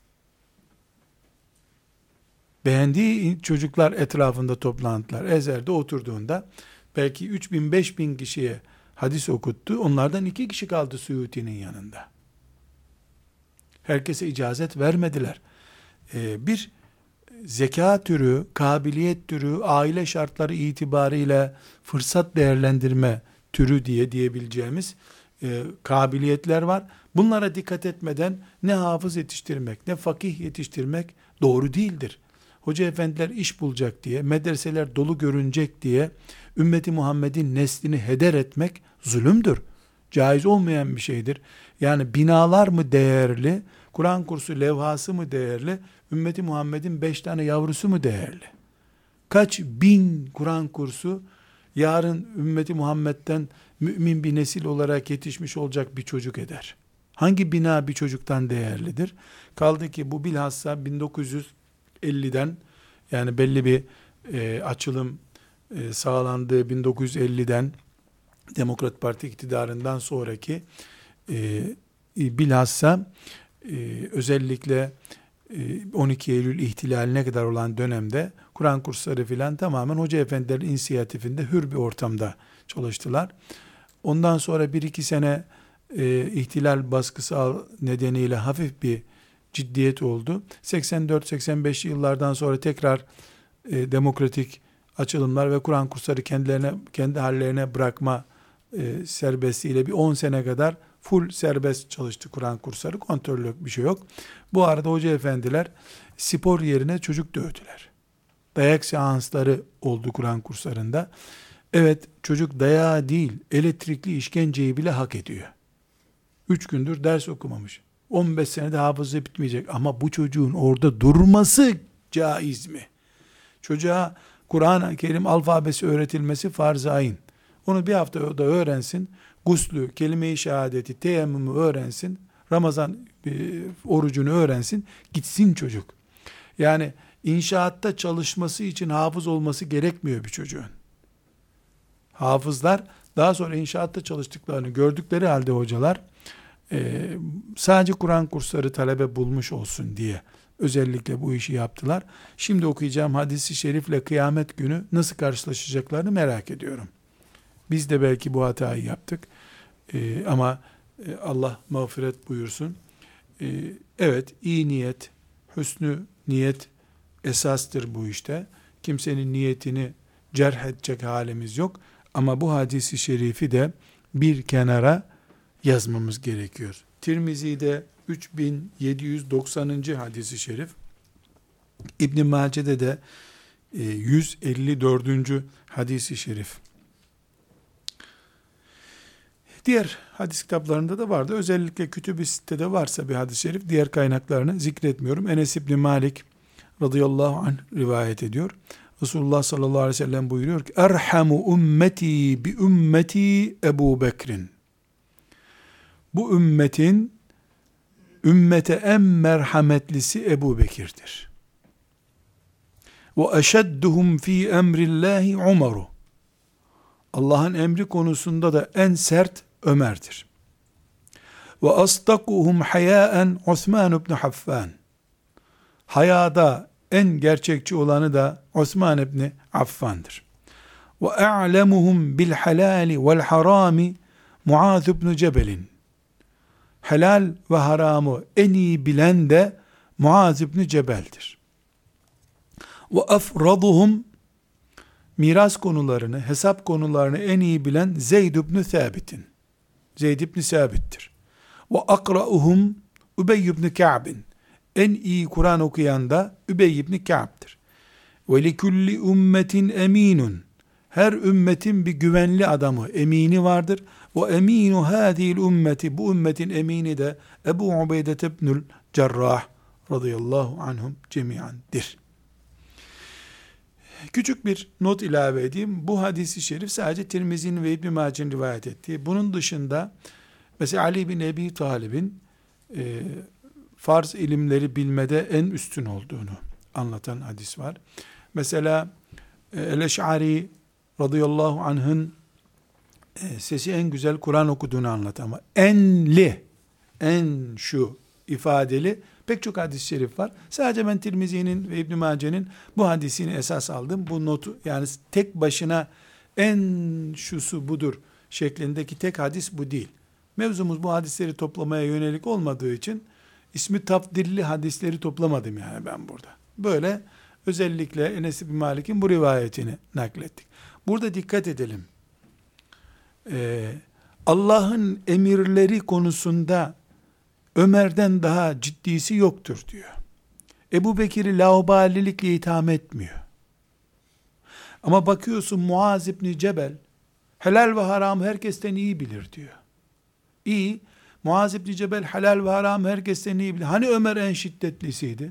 Beğendiği çocuklar etrafında toplantılar. Ezer'de oturduğunda belki 3.000-5.000 kişiye hadis okuttu. Onlardan 2 kişi kaldı Suyuti'nin yanında. Herkese icazet vermediler. Bir zeka türü, kabiliyet türü, aile şartları itibariyle fırsat değerlendirme türü diyebileceğimiz kabiliyetler var. Bunlara dikkat etmeden ne hafız yetiştirmek, ne fakih yetiştirmek doğru değildir. Hoca efendiler iş bulacak diye, medreseler dolu görünecek diye ümmeti Muhammed'in neslini heder etmek zulümdür. Caiz olmayan bir şeydir. Yani binalar mı değerli, Kur'an kursu levhası mı değerli, ümmeti Muhammed'in 5 tane yavrusu mu değerli? Kaç bin Kur'an kursu yarın ümmeti Muhammed'den mümin bir nesil olarak yetişmiş olacak bir çocuk eder? Hangi bina bir çocuktan değerlidir? Kaldı ki bu bilhassa 1950'den, yani belli bir açılım sağlandığı 1950'den Demokrat Parti iktidarından sonraki bilhassa özellikle 12 Eylül ihtilaline kadar olan dönemde Kur'an kursları filan tamamen hoca efendilerin inisiyatifinde hür bir ortamda çalıştılar. Ondan sonra 1-2 sene ihtilal baskısı nedeniyle hafif bir ciddiyet oldu. 84-85 yıllardan sonra tekrar demokratik açılımlar ve Kur'an kursları kendi hallerine bırakma serbestliğiyle bir 10 sene kadar full serbest çalıştı Kur'an kursları. Kontrollü bir şey yok. Bu arada hoca efendiler spor yerine çocuk dövdüler. Dayak seansları oldu Kur'an kurslarında. Evet, çocuk dayağı değil, elektrikli işkenceyi bile hak ediyor. 3 gündür ders okumamış. 15 senede hafızı bitmeyecek. Ama bu çocuğun orada durması caiz mi? Çocuğa Kur'an-ı Kerim alfabesi öğretilmesi farz-ı ayın. Onu bir hafta da öğrensin. Guslü, kelime-i şehadeti, teyemmümü öğrensin. Ramazan orucunu öğrensin. Gitsin çocuk. Yani inşaatta çalışması için hafız olması gerekmiyor bir çocuğun. Hafızlar daha sonra inşaatta çalıştıklarını gördükleri halde hocalar sadece Kur'an kursları talebe bulmuş olsun diye özellikle bu işi yaptılar. Şimdi okuyacağım hadisi şerifle kıyamet günü nasıl karşılaşacaklarını merak ediyorum. Biz de belki bu hatayı yaptık. Ama Allah mağfiret buyursun. Evet, iyi niyet, hüsnü niyet esastır bu işte. Kimsenin niyetini cerh edecek halimiz yok. Ama bu hadisi şerifi de bir kenara yazmamız gerekiyor. Tirmizi'de 3790. hadisi şerif, İbn Mace'de de 154. hadisi şerif. Diğer hadis kitaplarında da vardı. Özellikle Kütüb-i Sitte'de varsa bir hadis-i şerif, diğer kaynaklarını zikretmiyorum. Enes İbni Malik radıyallahu anh rivayet ediyor. Resulullah sallallahu aleyhi ve sellem buyuruyor ki: "Erhamu ümmeti bi ümmeti Ebu Bekrin." Bu ümmetin ümmete en merhametlisi Ebu Bekir'dir. Ve eşedduhum fi emrillahi Umaru. Allah'ın emri konusunda da en sert Ömer'dir. Ve asdakuhum hayaen Osman ibn Affan. Hayada en gerçekçi olanı da Osman ibn Affan'dır. Ve a'lemuhum bil halali vel harami Muaz ibn Cebel'in. Helal ve haramı en iyi bilen de Muaz ibn Cebel'dir. Ve afraduhum, miras konularını, hesap konularını en iyi bilen Zeyd ibn Sabit'in. Zeyd ibn Sabit'tir. Ve akra'uhum Übey ibn Ka'b'in. En iyi Kur'an okuyan da Übey ibn Ka'b'tir. Ve likulli ümmetin eminun. Her ümmetin bir güvenli adamı, emini vardır. Ve eminu hâzihil ümmeti. Bu ümmetin emini de Ebu Ubeyde ibnül Cerrah radıyallahu anhum cemiyandir. Küçük bir not ilave edeyim. Bu hadisi şerif sadece Tirmizi'nin ve İbn-i Mace'nin rivayet ettiği. Bunun dışında mesela Ali bin Ebi Talib'in farz ilimleri bilmede en üstün olduğunu anlatan hadis var. Mesela El-Eş'ari radıyallahu anh'ın sesi en güzel Kur'an okuduğunu anlat ama en şu ifadeli pek çok hadis-i şerif var. Sadece ben Tirmizi'nin ve İbn-i Mace'nin bu hadisini esas aldım. Bu notu yani tek başına en şusu budur şeklindeki tek hadis bu değil. Mevzumuz bu hadisleri toplamaya yönelik olmadığı için ismi tafdilli hadisleri toplamadım yani ben burada. Böyle özellikle Enes bin Malik'in bu rivayetini naklettik. Burada dikkat edelim. Allah'ın emirleri konusunda Ömer'den daha ciddisi yoktur diyor. Ebu Bekir'i laubalilikle itham etmiyor. Ama bakıyorsun Muaz İbni Cebel helal ve haram herkesten iyi bilir diyor. İyi. Muaz İbni Cebel helal ve haram herkesten iyi bilir. Hani Ömer en şiddetlisiydi?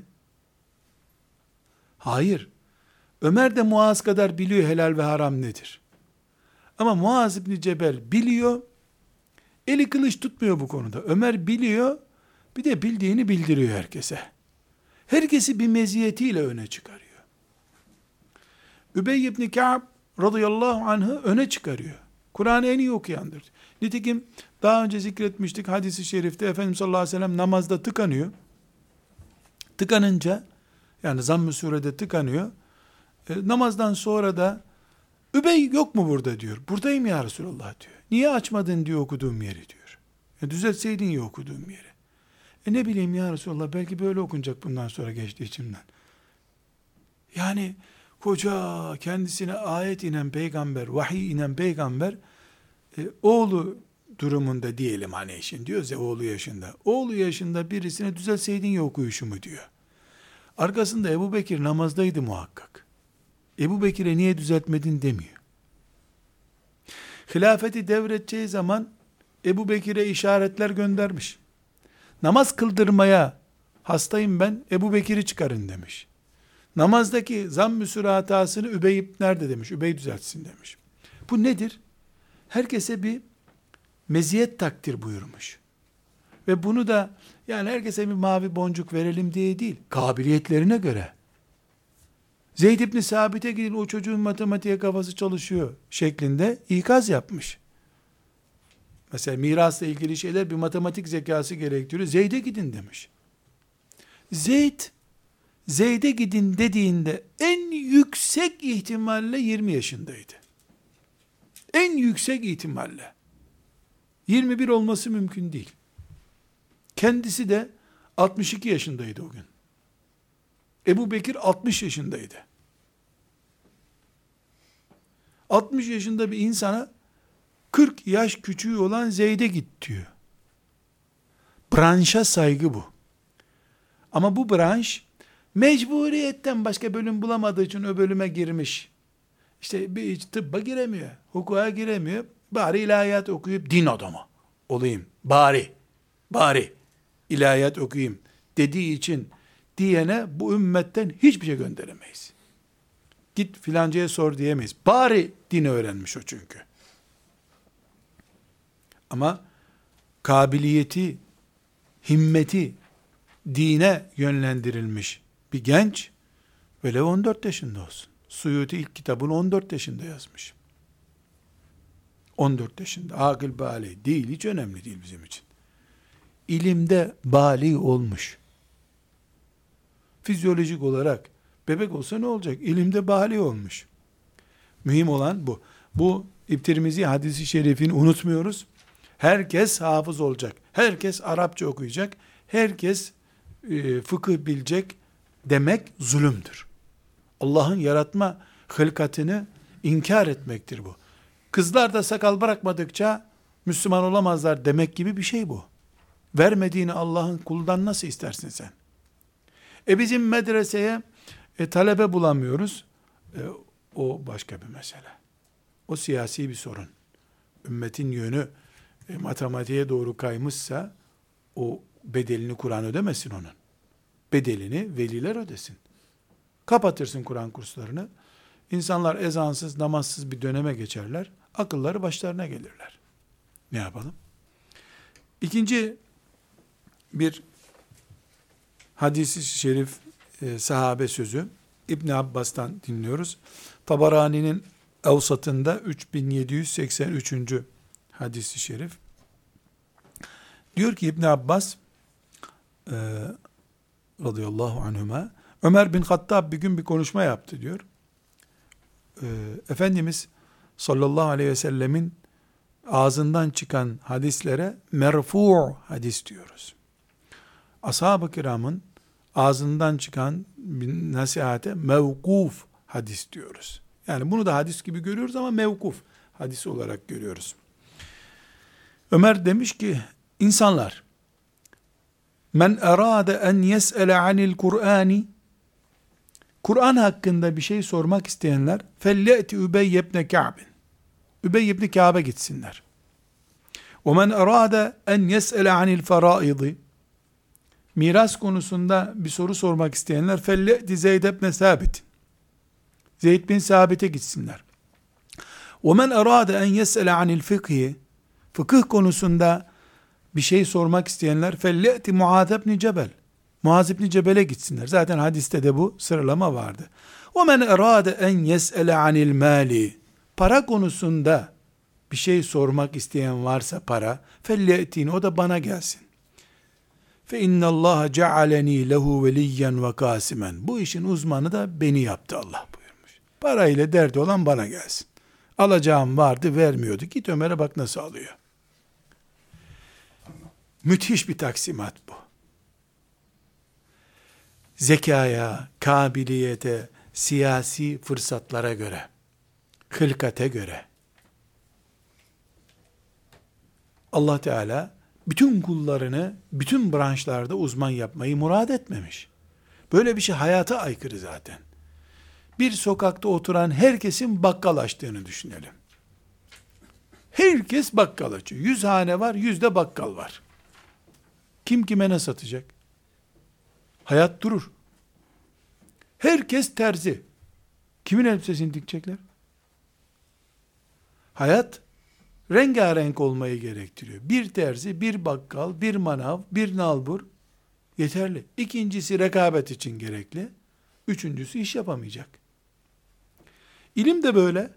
Hayır. Ömer de Muaz kadar biliyor helal ve haram nedir. Ama Muaz İbni Cebel biliyor, eli kılıç tutmuyor bu konuda. Ömer biliyor, bir de bildiğini bildiriyor herkese. Herkesi bir meziyetiyle öne çıkarıyor. Übey ibn Ka'b radıyallahu anh'ı öne çıkarıyor. Kur'an'ı en iyi okuyandır. Nitekim daha önce zikretmiştik hadis-i şerifte Efendimiz sallallahu aleyhi ve sellem namazda tıkanıyor. Tıkanınca yani Zamm-ı Sure'de tıkanıyor. Namazdan sonra da Übey yok mu burada diyor. Buradayım ya Resulallah diyor. Niye açmadın diyor okuduğum yeri diyor. Düzeltseydin ya okuduğum yeri. Ne bileyim ya Resulallah belki böyle okunacak bundan sonra geçti içimden. Yani koca kendisine ayet inen peygamber, vahiy inen peygamber oğlu durumunda diyelim hani şimdi diyoruz ya oğlu yaşında. Oğlu yaşında birisine düzeltseydin ya okuyuşumu diyor. Arkasında Ebu Bekir namazdaydı muhakkak. Ebu Bekir'e niye düzeltmedin demiyor. Hilafeti devredeceği zaman Ebu Bekir'e işaretler göndermiş. Namaz kıldırmaya hastayım ben, Ebu Bekir'i çıkarın demiş. Namazdaki zamm-ı sure hatasını Übey nerede demiş, Übey düzeltsin demiş. Bu nedir? Herkese bir meziyet takdir buyurmuş. Ve bunu da yani herkese bir mavi boncuk verelim diye değil, kabiliyetlerine göre. Zeyd ibn Sabit'e gidin o çocuğun matematiğe kafası çalışıyor şeklinde ikaz yapmış. Mesela mirasla ilgili şeyler bir matematik zekası gerektiriyor. Zeyd'e gidin demiş. Zeyd'e gidin dediğinde en yüksek ihtimalle 20 yaşındaydı. En yüksek ihtimalle. 21 olması mümkün değil. Kendisi de 62 yaşındaydı o gün. Ebu Bekir 60 yaşındaydı. 60 yaşında bir insana 40 yaş küçüğü olan Zeyd'e git diyor. Branşa saygı bu. Ama bu branş mecburiyetten başka bölüm bulamadığı için o bölüme girmiş. İşte bir tıbba giremiyor, hukuka giremiyor. Bari ilahiyat okuyup din adamı olayım. Bari ilahiyat okuyayım dediği için diyene bu ümmetten hiçbir şey gönderemeyiz. Git filancaya sor diyemeyiz. Bari din öğrenmiş o çünkü. Ama kabiliyeti, himmeti dine yönlendirilmiş bir genç velev 14 yaşında olsun. Suyuti ilk kitabını 14 yaşında yazmış. 14 yaşında. Akıl bali değil, hiç önemli değil bizim için. İlimde bali olmuş. Fizyolojik olarak bebek olsa ne olacak? İlimde bali olmuş. Mühim olan bu. Bu İbn-i hadisi şerifini unutmuyoruz. Herkes hafız olacak. Herkes Arapça okuyacak. Herkes fıkıh bilecek demek zulümdür. Allah'ın yaratma hılkatını inkar etmektir bu. Kızlar da sakal bırakmadıkça Müslüman olamazlar demek gibi bir şey bu. Vermediğini Allah'ın kuldan nasıl istersin sen? Bizim medreseye talebe bulamıyoruz. O başka bir mesele. O siyasi bir sorun. Ümmetin yönü matematiğe doğru kaymışsa o bedelini Kur'an ödemesin onun. Bedelini veliler ödesin. Kapatırsın Kur'an kurslarını. İnsanlar ezansız, namazsız bir döneme geçerler. Akılları başlarına gelirler. Ne yapalım? İkinci bir hadis-i şerif, sahabe sözü. İbn Abbas'tan dinliyoruz. Tabarani'nin Evsat'ında 3783. hadis-i şerif. Diyor ki İbn Abbas radıyallahu anhuma, Ömer bin Hattab bir gün bir konuşma yaptı diyor. Efendimiz sallallahu aleyhi ve sellemin ağzından çıkan hadislere merfu' hadis diyoruz. Ashab-ı kiramın ağzından çıkan bir nasihate mevkuf hadis diyoruz. Yani bunu da hadis gibi görüyoruz ama mevkuf hadis olarak görüyoruz. Ömer demiş ki, insanlar, men erade en yes'ele anil Kur'ani, Kur'an hakkında bir şey sormak isteyenler, felle'ti Übey ibn Ka'b, Übey ibn Ka'b'e gitsinler. Ve men erade en yes'ele anil faraidi, miras konusunda bir soru sormak isteyenler, felle'ti Zeyd ibn Sabit, Zeyd bin Sabit'e gitsinler. وَمَنْ اَرَادَ اَنْ يَسْأَلَ عَنِ الْفِقْهِ, fıkıh konusunda bir şey sormak isteyenler, فَلْيَأْتِ مُعَاذَ بْنِ Cebel, Muaz ibn Cebel'e gitsinler. Zaten hadiste de bu sıralama vardı. وَمَنْ اَرَادَ اَنْ يَسْأَلَ عَنِ الْمَالِ, para konusunda bir şey sormak isteyen varsa para, فَلْيَأْتِينَ, o da bana gelsin. فَاِنَّ اللّٰهَ جَعَلَن۪ي لَهُ وَلِيًّا وَقَاسِمًا, bu işin uzmanı da beni yaptı Allah buyurmuş. Parayla derdi olan bana gelsin. Alacağım vardı, vermiyordu. Git Ömer'e bak nasıl alıyor. Müthiş bir taksimat bu. Zekaya, kabiliyete, siyasi fırsatlara göre, hılkate göre Allah Teala bütün kullarını bütün branşlarda uzman yapmayı murad etmemiş. Böyle bir şey hayata aykırı zaten. Bir sokakta oturan herkesin bakkal açtığını düşünelim. Herkes bakkal açıyor. 100 hane var, 100'de bakkal var. Kim kime ne satacak? Hayat durur. Herkes terzi. Kimin elbisesini dikecekler? Hayat rengarenk olmayı gerektiriyor. Bir terzi, bir bakkal, bir manav, bir nalbur yeterli. İkincisi rekabet için gerekli. Üçüncüsü iş yapamayacak. İlim de böyle.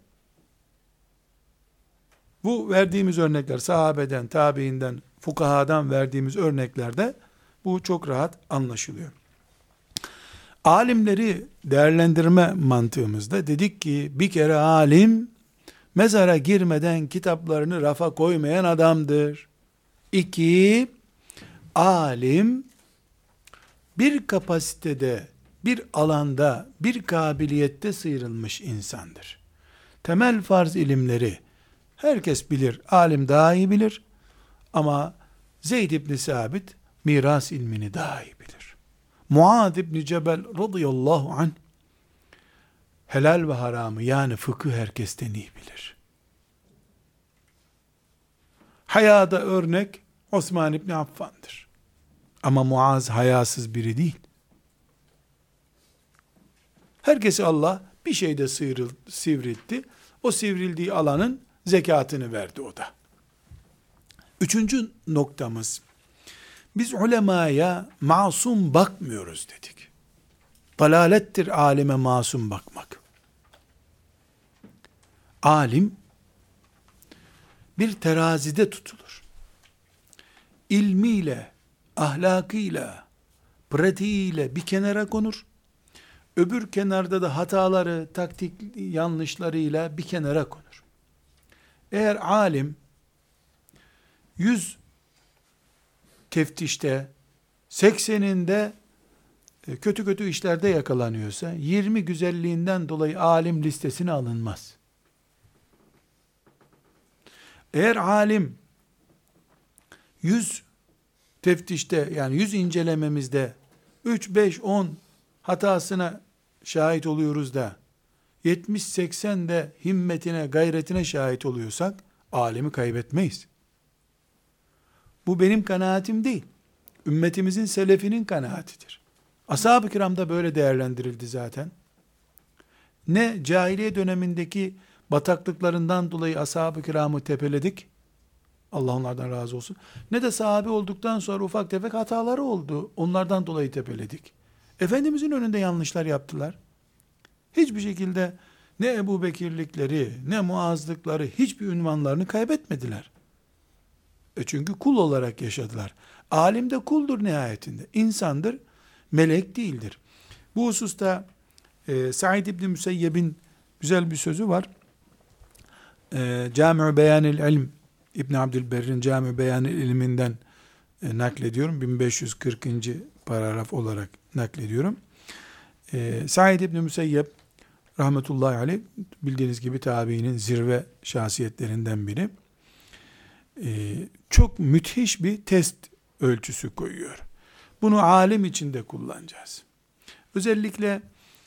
Bu verdiğimiz örnekler, sahabeden, tabiinden, fukahadan verdiğimiz örneklerde bu çok rahat anlaşılıyor. Alimleri değerlendirme mantığımızda dedik ki bir kere alim mezara girmeden kitaplarını rafa koymayan adamdır. 2, alim bir kapasitede, bir alanda, bir kabiliyette sıyrılmış insandır. Temel farz ilimleri herkes bilir, alim daha iyi bilir ama Zeyd ibn Sabit miras ilmini daha iyi bilir. Muaz ibn Cebel radıyallahu anh helal ve haramı yani fıkıh herkesten iyi bilir. Hayada örnek Osman İbni Affan'dır. Ama Muaz hayasız biri değil. Herkesi Allah bir şeyde sivriltti. O sivrildiği alanın zekatını verdi o da. Üçüncü noktamız, biz ulemaya masum bakmıyoruz dedik. Dalalettir alime masum bakmak. Alim bir terazide tutulur. İlmiyle, ahlakıyla, pratiğiyle bir kenara konur. Öbür kenarda da hataları, taktik yanlışlarıyla bir kenara konur. Eğer alim 100 teftişte 80'inde kötü kötü işlerde yakalanıyorsa 20 güzelliğinden dolayı alim listesine alınmaz. Eğer alim 100 teftişte yani 100 incelememizde 3, 5, 10 hatasına şahit oluyoruz da 70-80 de himmetine, gayretine şahit oluyorsak alimi kaybetmeyiz. Bu benim kanaatim değil. Ümmetimizin selefinin kanaatidir. Ashab-ı kiram da böyle değerlendirildi zaten. Ne cahiliye dönemindeki bataklıklarından dolayı ashab-ı kiramı tepeledik, Allah onlardan razı olsun, ne de sahabe olduktan sonra ufak tefek hataları oldu, onlardan dolayı tepeledik. Efendimizin önünde yanlışlar yaptılar. Hiçbir şekilde ne Ebu Bekirlikleri, ne Muazlıkları, hiçbir ünvanlarını kaybetmediler. Çünkü kul olarak yaşadılar. Alim de kuldur nihayetinde. İnsandır, melek değildir. Bu hususta Said İbni Müseyyeb'in güzel bir sözü var. Cami-ü Beyanil İlm, İbn Abdülberr'in Cami-ü Beyanil İlminden naklediyorum. 1540. paragraf olarak naklediyorum. Said İbni Müseyyeb rahmetullahi aleyh, bildiğiniz gibi tabiinin zirve şahsiyetlerinden biri. Çok müthiş bir test ölçüsü koyuyor. Bunu alim için de kullanacağız. Özellikle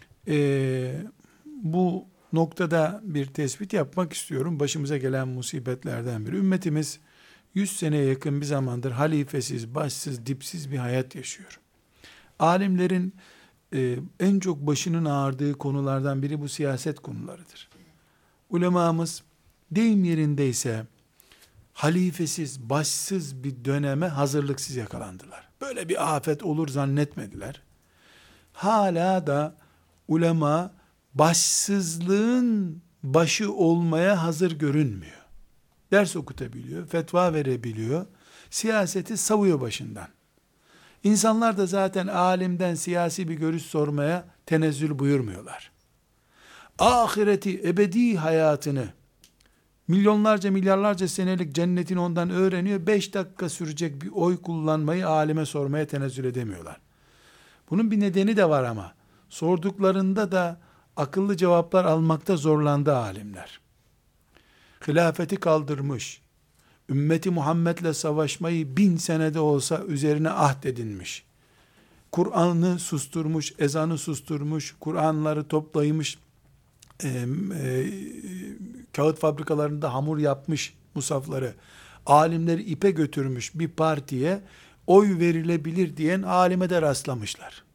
bu noktada bir tespit yapmak istiyorum. Başımıza gelen musibetlerden biri. Ümmetimiz 100 seneye yakın bir zamandır halifesiz, başsız, dipsiz bir hayat yaşıyor. Alimlerin en çok başının ağrıdığı konulardan biri bu siyaset konularıdır. Ulemamız deyim yerindeyse halifesiz, başsız bir döneme hazırlıksız yakalandılar. Böyle bir afet olur zannetmediler. Hala da ulema başsızlığın başı olmaya hazır görünmüyor. Ders okutabiliyor, fetva verebiliyor, siyaseti savuyor başından. İnsanlar da zaten alimden siyasi bir görüş sormaya tenezzül buyurmuyorlar. Ahireti, ebedi hayatını, milyonlarca, milyarlarca senelik cennetini ondan öğreniyor. 5 dakika sürecek bir oy kullanmayı alime sormaya tenezzül edemiyorlar. Bunun bir nedeni de var ama sorduklarında da akıllı cevaplar almakta zorlandı alimler. Hilafeti kaldırmış, ümmeti Muhammed'le savaşmayı 1000 senede olsa üzerine ahd edinmiş, Kur'an'ı susturmuş, ezanı susturmuş, Kur'anları toplaymış, kağıt fabrikalarında hamur yapmış musafları, alimleri ipe götürmüş bir partiye oy verilebilir diyen alime de rastlamışlar.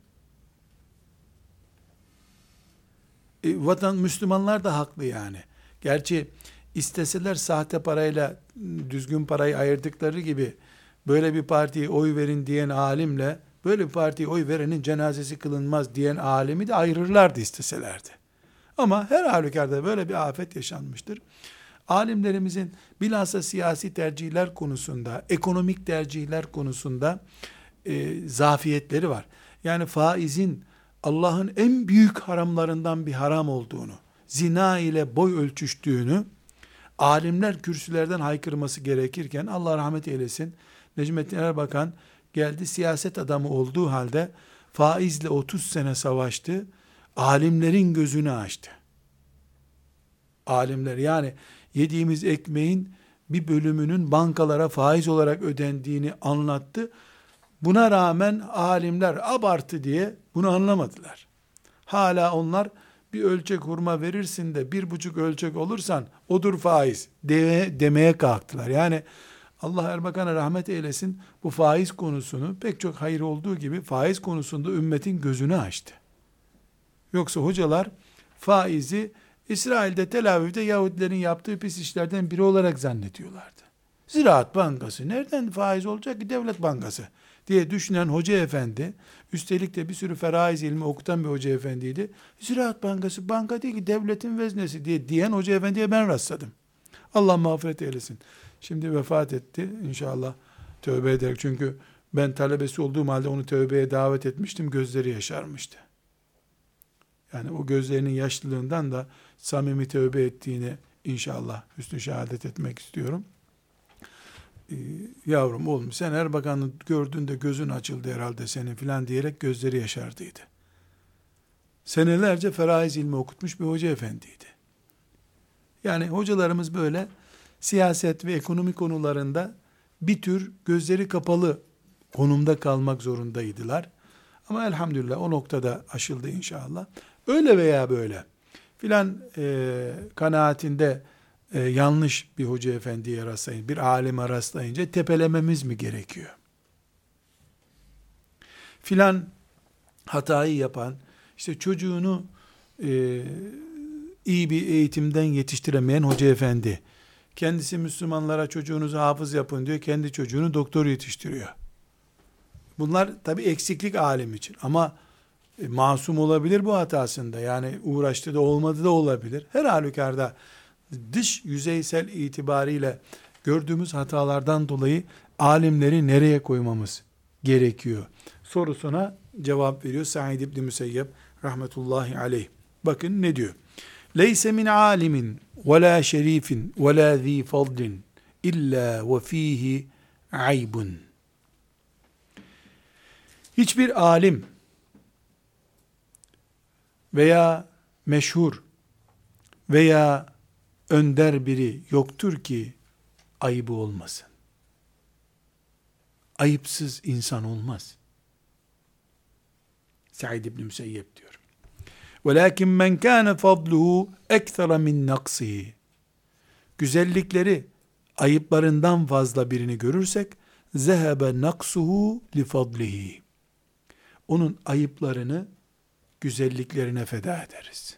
Müslümanlar da haklı yani. Gerçi isteseler sahte parayla düzgün parayı ayırdıkları gibi böyle bir partiye oy verin diyen alimle böyle bir partiye oy verenin cenazesi kılınmaz diyen alimi de ayırırlardı isteselerdi. Ama her halükarda böyle bir afet yaşanmıştır. Alimlerimizin bilhassa siyasi tercihler konusunda, ekonomik tercihler konusunda zafiyetleri var. Yani faizin Allah'ın en büyük haramlarından bir haram olduğunu, zina ile boy ölçüştüğünü, alimler kürsülerden haykırması gerekirken, Allah rahmet eylesin, Necmettin Erbakan geldi, siyaset adamı olduğu halde faizle 30 sene savaştı, alimlerin gözünü açtı. Alimler, yani yediğimiz ekmeğin bir bölümünün bankalara faiz olarak ödendiğini anlattı. Buna rağmen alimler abartı diye bunu anlamadılar. Hala onlar bir ölçek hurma verirsin de 1,5 ölçek olursan odur faiz demeye kalktılar. Yani Allah Erbakan'a rahmet eylesin, bu faiz konusunu pek çok hayır olduğu gibi faiz konusunda ümmetin gözünü açtı. Yoksa hocalar faizi İsrail'de, Tel Aviv'de Yahudilerin yaptığı pis işlerden biri olarak zannediyorlardı. Ziraat Bankası nereden faiz olacak ki, Devlet Bankası diye düşünen hoca efendi, üstelik de bir sürü feraiz ilmi okutan bir hoca efendiydi. Ziraat Bankası banka değil ki, devletin veznesi diyen hoca efendiye ben rastladım. Allah mağfiret eylesin. Şimdi vefat etti. İnşallah tövbe ederek, çünkü ben talebesi olduğum halde onu tövbeye davet etmiştim, gözleri yaşarmıştı. Yani o gözlerinin yaşlılığından da samimi tövbe ettiğini inşallah hüsnü şehadet etmek istiyorum. Yavrum, oğlum, sen Erbakan'ı gördüğünde gözün açıldı herhalde senin filan diyerek gözleri yaşardıydı. Senelerce feraiz ilmi okutmuş bir hoca efendiydi. Yani hocalarımız böyle siyaset ve ekonomi konularında bir tür gözleri kapalı konumda kalmak zorundaydılar. Ama elhamdülillah o noktada aşıldı inşallah. Öyle veya böyle filan kanaatinde yanlış bir hoca efendiye rastlayınca, bir alime rastlayınca tepelememiz mi gerekiyor? Filan hatayı yapan, işte çocuğunu iyi bir eğitimden yetiştiremeyen hoca efendi, kendisi Müslümanlara çocuğunuzu hafız yapın diyor, kendi çocuğunu doktor yetiştiriyor. Bunlar tabi eksiklik alim için, ama masum olabilir bu hatasında. Yani uğraştı da olmadı da olabilir. Her halükarda dış yüzeysel itibariyle gördüğümüz hatalardan dolayı alimleri nereye koymamız gerekiyor sorusuna cevap veriyor Said İbni Müseyyep rahmetullahi aleyh. Bakın ne diyor? Leyse min alimin ve la şerifin ve la zi fadlin illa ve fihi aybun. Hiçbir alim veya meşhur veya önder biri yoktur ki ayıbı olmasın. Ayıpsız insan olmaz. Said İbni Müseyyep diyor. وَلَكِنْ مَنْ كَانَ فَضْلُهُ اَكْثَرَ مِنْ نَقْصِهِ. Güzellikleri ayıplarından fazla birini görürsek ذَهَبَ نَقْصُهُ لِفَضْلِهِ. Onun ayıplarını güzelliklerine feda ederiz.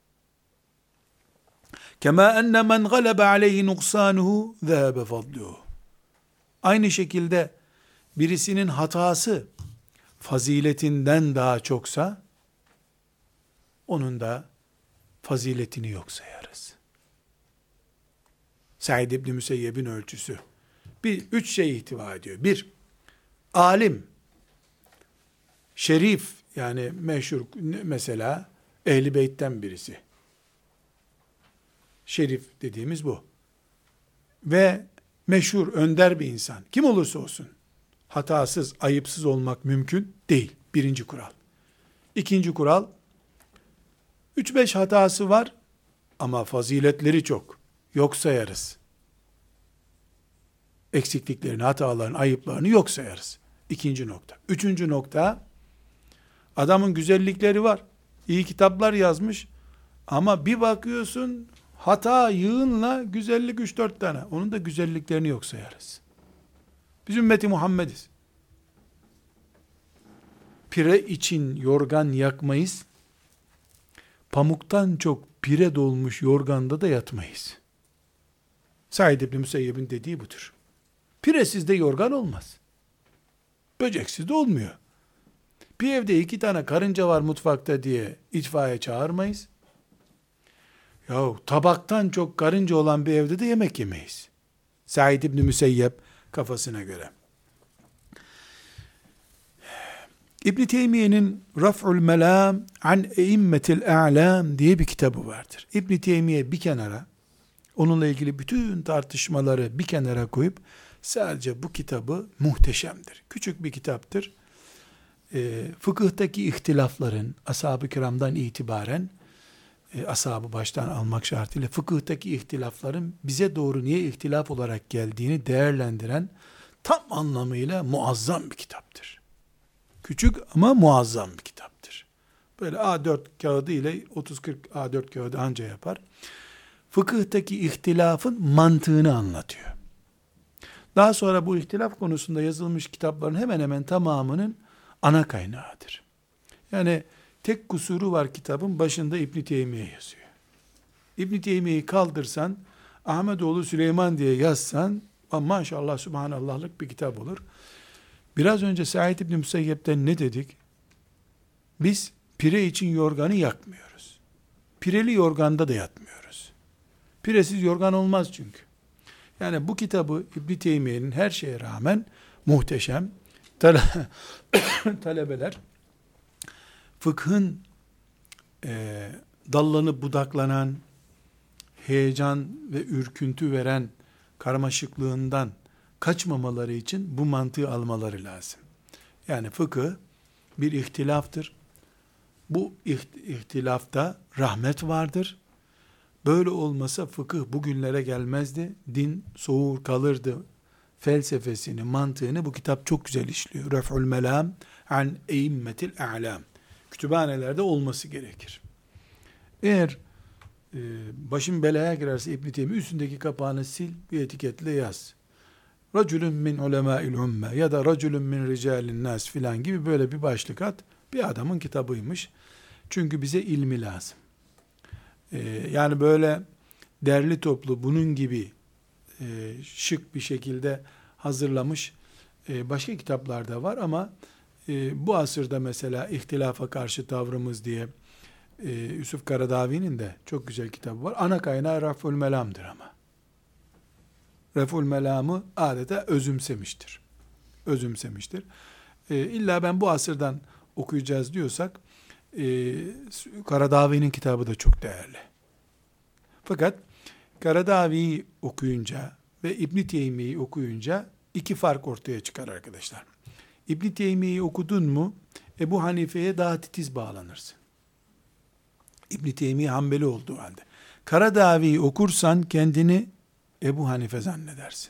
كَمَا أَنَّ مَنْ غَلَبَ عَلَيْهِ نُقْصَانُهُ ذَهَبَ فَضْلُهُ. Aynı şekilde birisinin hatası faziletinden daha çoksa onun da faziletini yok sayarız. Said İbni Müseyyeb'in ölçüsü. Üç şey ihtiva ediyor. Bir, alim, şerif, yani meşhur, mesela Ehl-i Beyt'ten birisi. Şerif dediğimiz bu. Ve meşhur, önder bir insan. Kim olursa olsun hatasız, ayıpsız olmak mümkün değil. Birinci kural. İkinci kural, 3-5 hatası var ama faziletleri çok. Yok sayarız. Eksikliklerini, hatalarını, ayıplarını yok sayarız. İkinci nokta. Üçüncü nokta, adamın güzellikleri var. İyi kitaplar yazmış. Ama bir bakıyorsun hata yığınla güzellik 3-4 tane. Onun da güzelliklerini yok sayarız. Biz ümmeti Muhammediz. Pire için yorgan yakmayız. Pamuktan çok pire dolmuş yorganda da yatmayız. Said İbni Müseyyeb'in dediği budur. Piresiz de yorgan olmaz. Böceksiz de olmuyor. Bir evde 2 tane karınca var mutfakta diye itfaiye çağırmayız. Yahu tabaktan çok karınca olan bir evde de yemek yemeyiz. Said İbni Müseyyep kafasına göre. İbn Teymiye'nin Raf'ul Melam an Eimmetil A'lam diye bir kitabı vardır. İbn Teymiye bir kenara, onunla ilgili bütün tartışmaları bir kenara koyup sadece bu kitabı muhteşemdir. Küçük bir kitaptır. Fıkıhtaki ihtilafların ashab-ı kiramdan itibaren ashabı baştan almak şartıyla fıkıhtaki ihtilafların bize doğru niye ihtilaf olarak geldiğini değerlendiren tam anlamıyla muazzam bir kitaptır. Küçük ama muazzam bir kitaptır. Böyle A4 kağıdı ile 30-40 A4 kağıdı anca yapar. Fıkıhtaki ihtilafın mantığını anlatıyor. Daha sonra bu ihtilaf konusunda yazılmış kitapların hemen hemen tamamının ana kaynağıdır. Yani tek kusuru var kitabın, başında İbn Teymiye yazıyor. İbn Teymiye'yi kaldırsan, Ahmetoğlu Süleyman diye yazsan, maşallah subhanallahlık bir kitap olur. Biraz önce Said İbni Müseyyep'ten ne dedik? Biz pire için yorganı yakmıyoruz. Pireli yorganda da yatmıyoruz. Piresiz yorgan olmaz çünkü. Yani bu kitabı İbn Teymiye'nin her şeye rağmen muhteşem. Talebeler fıkhın dallanıp budaklanan, heyecan ve ürküntü veren karmaşıklığından kaçmamaları için bu mantığı almaları lazım. Yani fıkıh bir ihtilaftır. Bu ihtilafta rahmet vardır. Böyle olmasa fıkıh bugünlere gelmezdi. Din soğur kalırdı. Felsefesini, mantığını bu kitap çok güzel işliyor. Ref'ul Melam an Eimmetil A'lam. Kütüphanelerde olması gerekir. Eğer başın belaya girerse İbn Teymiye üstündeki kapağını sil, bir etiketle yaz. Raculun min ulemâil ümme ya da raculun min ricalin nas filan gibi böyle bir başlık at. Bir adamın kitabıymış. Çünkü bize ilmi lazım. Yani böyle derli toplu bunun gibi şık bir şekilde hazırlamış başka kitaplar da var ama bu asırda mesela ihtilafa karşı tavrımız diye Yusuf Karadavi'nin de çok güzel kitabı var. Ana kaynağı Raf'ul Melam'dır ama. Raf'ul Melam'ı adeta özümsemiştir. Özümsemiştir. İlla ben bu asırdan okuyacağız diyorsak Karadavi'nin kitabı da çok değerli. Fakat Karadavi'yi okuyunca ve İbn Teymiye'yi okuyunca iki fark ortaya çıkar arkadaşlar. İbn Teymiye'yi okudun mu Ebu Hanife'ye daha titiz bağlanırsın. İbn Teymiye Hanbeli olduğu halde. Karadavi'yi okursan kendini Ebu Hanife zannedersin.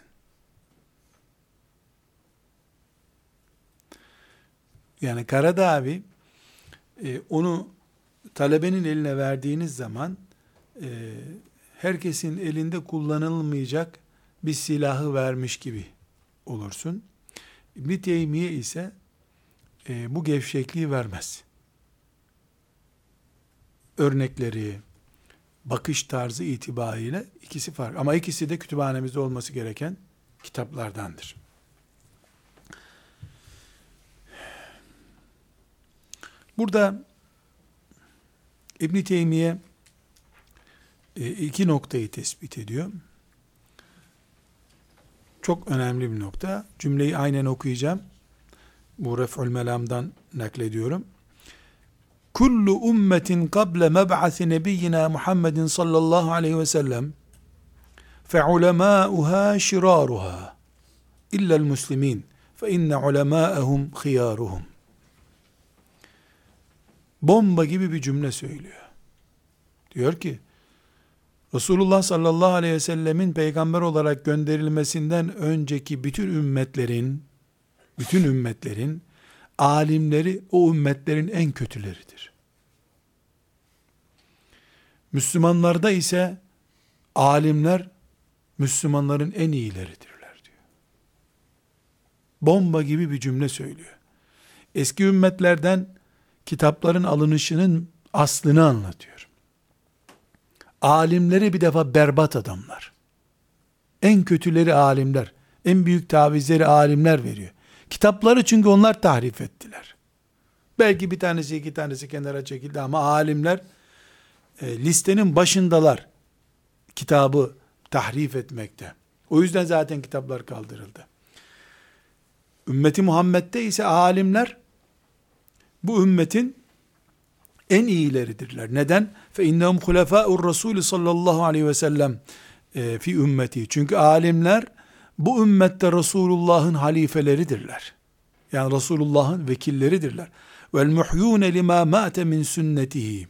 Yani Karadavi onu talebenin eline verdiğiniz zaman herkesin elinde kullanılmayacak bir silahı vermiş gibi olursun. İbn Teymiye ise bu gevşekliği vermez. Örnekleri, bakış tarzı itibariyle ikisi farklı. Ama ikisi de kütüphanemizde olması gereken kitaplardandır. Burada İbn Teymiye iki noktayı tespit ediyor. Çok önemli bir nokta. Cümleyi aynen okuyacağım. Bu Ref'ül Melam'dan naklediyorum. Kullu ummetin kable meb'asi nebiyyina Muhammedin sallallahu aleyhi ve sellem fe ulemâuhâ şirâruhâ illa'l muslimin fe inne ulemâehum khiyâruhum. Bomba gibi bir cümle söylüyor. Diyor ki Resulullah sallallahu aleyhi ve sellemin peygamber olarak gönderilmesinden önceki bütün ümmetlerin alimleri o ümmetlerin en kötüleridir. Müslümanlarda ise alimler Müslümanların en iyileridirler diyor. Bomba gibi bir cümle söylüyor. Eski ümmetlerden kitapların alınışının aslını anlatıyor. Alimleri bir defa berbat adamlar. En kötüleri alimler. En büyük tavizleri alimler veriyor. Kitapları çünkü onlar tahrif ettiler. Belki bir tanesi iki tanesi kenara çekildi ama alimler listenin başındalar. Kitabı tahrif etmekte. O yüzden zaten kitaplar kaldırıldı. Ümmeti Muhammed'de ise alimler bu ümmetin en iyileridirler. Neden? فَاِنَّهُمْ خُلَفَاءُ الرَّسُولِ sallallahu aleyhi ve sellem fi ümmeti. Çünkü alimler bu ümmette Resulullah'ın halifeleridirler. Yani Resulullah'ın vekilleridirler. وَالْمُحْيُونَ لِمَا مَاتَ مِنْ sünnetihi.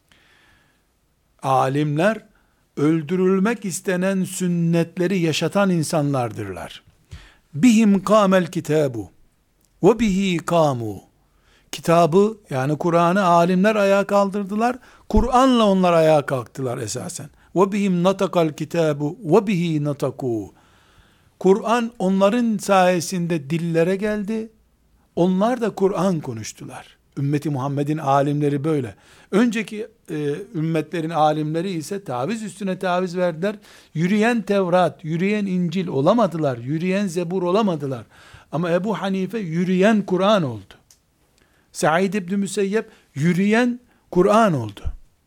Alimler öldürülmek istenen sünnetleri yaşatan insanlardırlar. Bihim kâmel kitâbu ve bihi kâmû. Kitabı yani Kur'an'ı alimler ayağa kaldırdılar. Kur'an'la onlar ayağa kalktılar esasen. Ve bihim natakal kitabu ve bihi nataku. Kur'an onların sayesinde dillere geldi. Onlar da Kur'an konuştular. Ümmeti Muhammed'in alimleri böyle. Önceki ümmetlerin alimleri ise taviz üstüne taviz verdiler. Yürüyen Tevrat, yürüyen İncil olamadılar. Yürüyen Zebur olamadılar. Ama Ebu Hanife yürüyen Kur'an oldu. Said İbni Müseyyep yürüyen Kur'an oldu.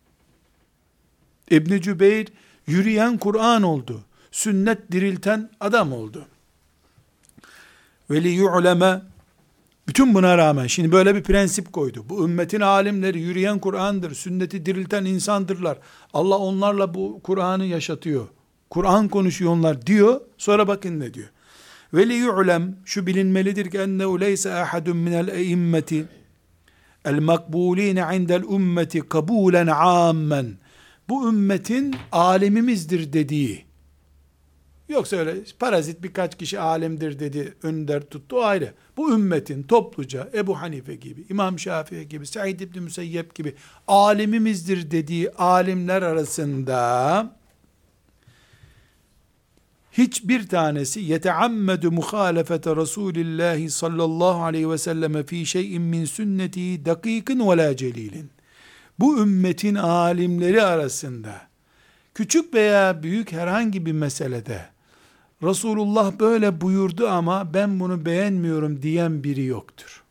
İbn Cübeyr yürüyen Kur'an oldu. Sünnet dirilten adam oldu. Ve li yu'leme, bütün buna rağmen şimdi böyle bir prensip koydu. Bu ümmetin alimleri yürüyen Kur'an'dır. Sünneti dirilten insandırlar. Allah onlarla bu Kur'an'ı yaşatıyor. Kur'an konuşuyor onlar diyor. Sonra bakın ne diyor. Ve li yu'lem, şu bilinmelidir ki ennehu leyse ahadun minel eimmeti el makbulîne indel ümmeti kabûlen âmmen. Bu ümmetin alimimizdir dediği, yoksa öyle parazit birkaç kişi alimdir dedi, önder tuttu, o ayrı. Bu ümmetin topluca Ebu Hanife gibi, İmam Şafii gibi, Said İbni Müseyyep gibi alimimizdir dediği alimler arasında hiçbir tanesi yeteammedu muhalefete Resulillahi sallallahu aleyhi ve selleme fi şeyin min sünneti dakikin ve la celilin. bu ümmetin alimleri arasında küçük veya büyük herhangi bir meselede Resulullah böyle buyurdu ama ben bunu beğenmiyorum diyen biri yoktur.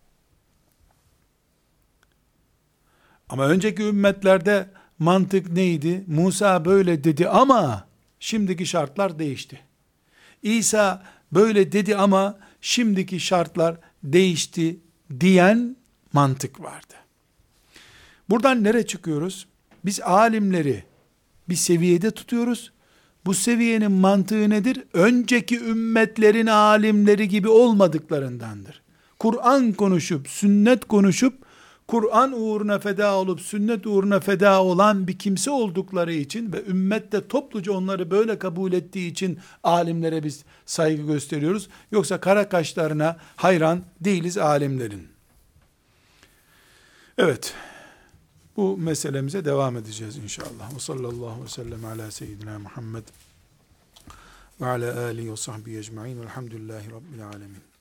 Ama önceki ümmetlerde mantık neydi? Musa böyle dedi ama şimdiki şartlar değişti. İsa böyle dedi ama şimdiki şartlar değişti diyen mantık vardı. Buradan nereye çıkıyoruz? Biz alimleri bir seviyede tutuyoruz. Bu seviyenin mantığı nedir? Önceki ümmetlerin alimleri gibi olmadıklarındandır. Kur'an konuşup, sünnet konuşup, Kur'an uğruna feda olup, sünnet uğruna feda olan bir kimse oldukları için ve ümmet de topluca onları böyle kabul ettiği için alimlere biz saygı gösteriyoruz. Yoksa kara kaşlarına hayran değiliz alimlerin. Evet, bu meselemize devam edeceğiz inşallah. Ve sallallahu ve sellem ala seyyidina Muhammed ve ala alihi ve sahbihi ecma'in velhamdülillahi rabbil alemin.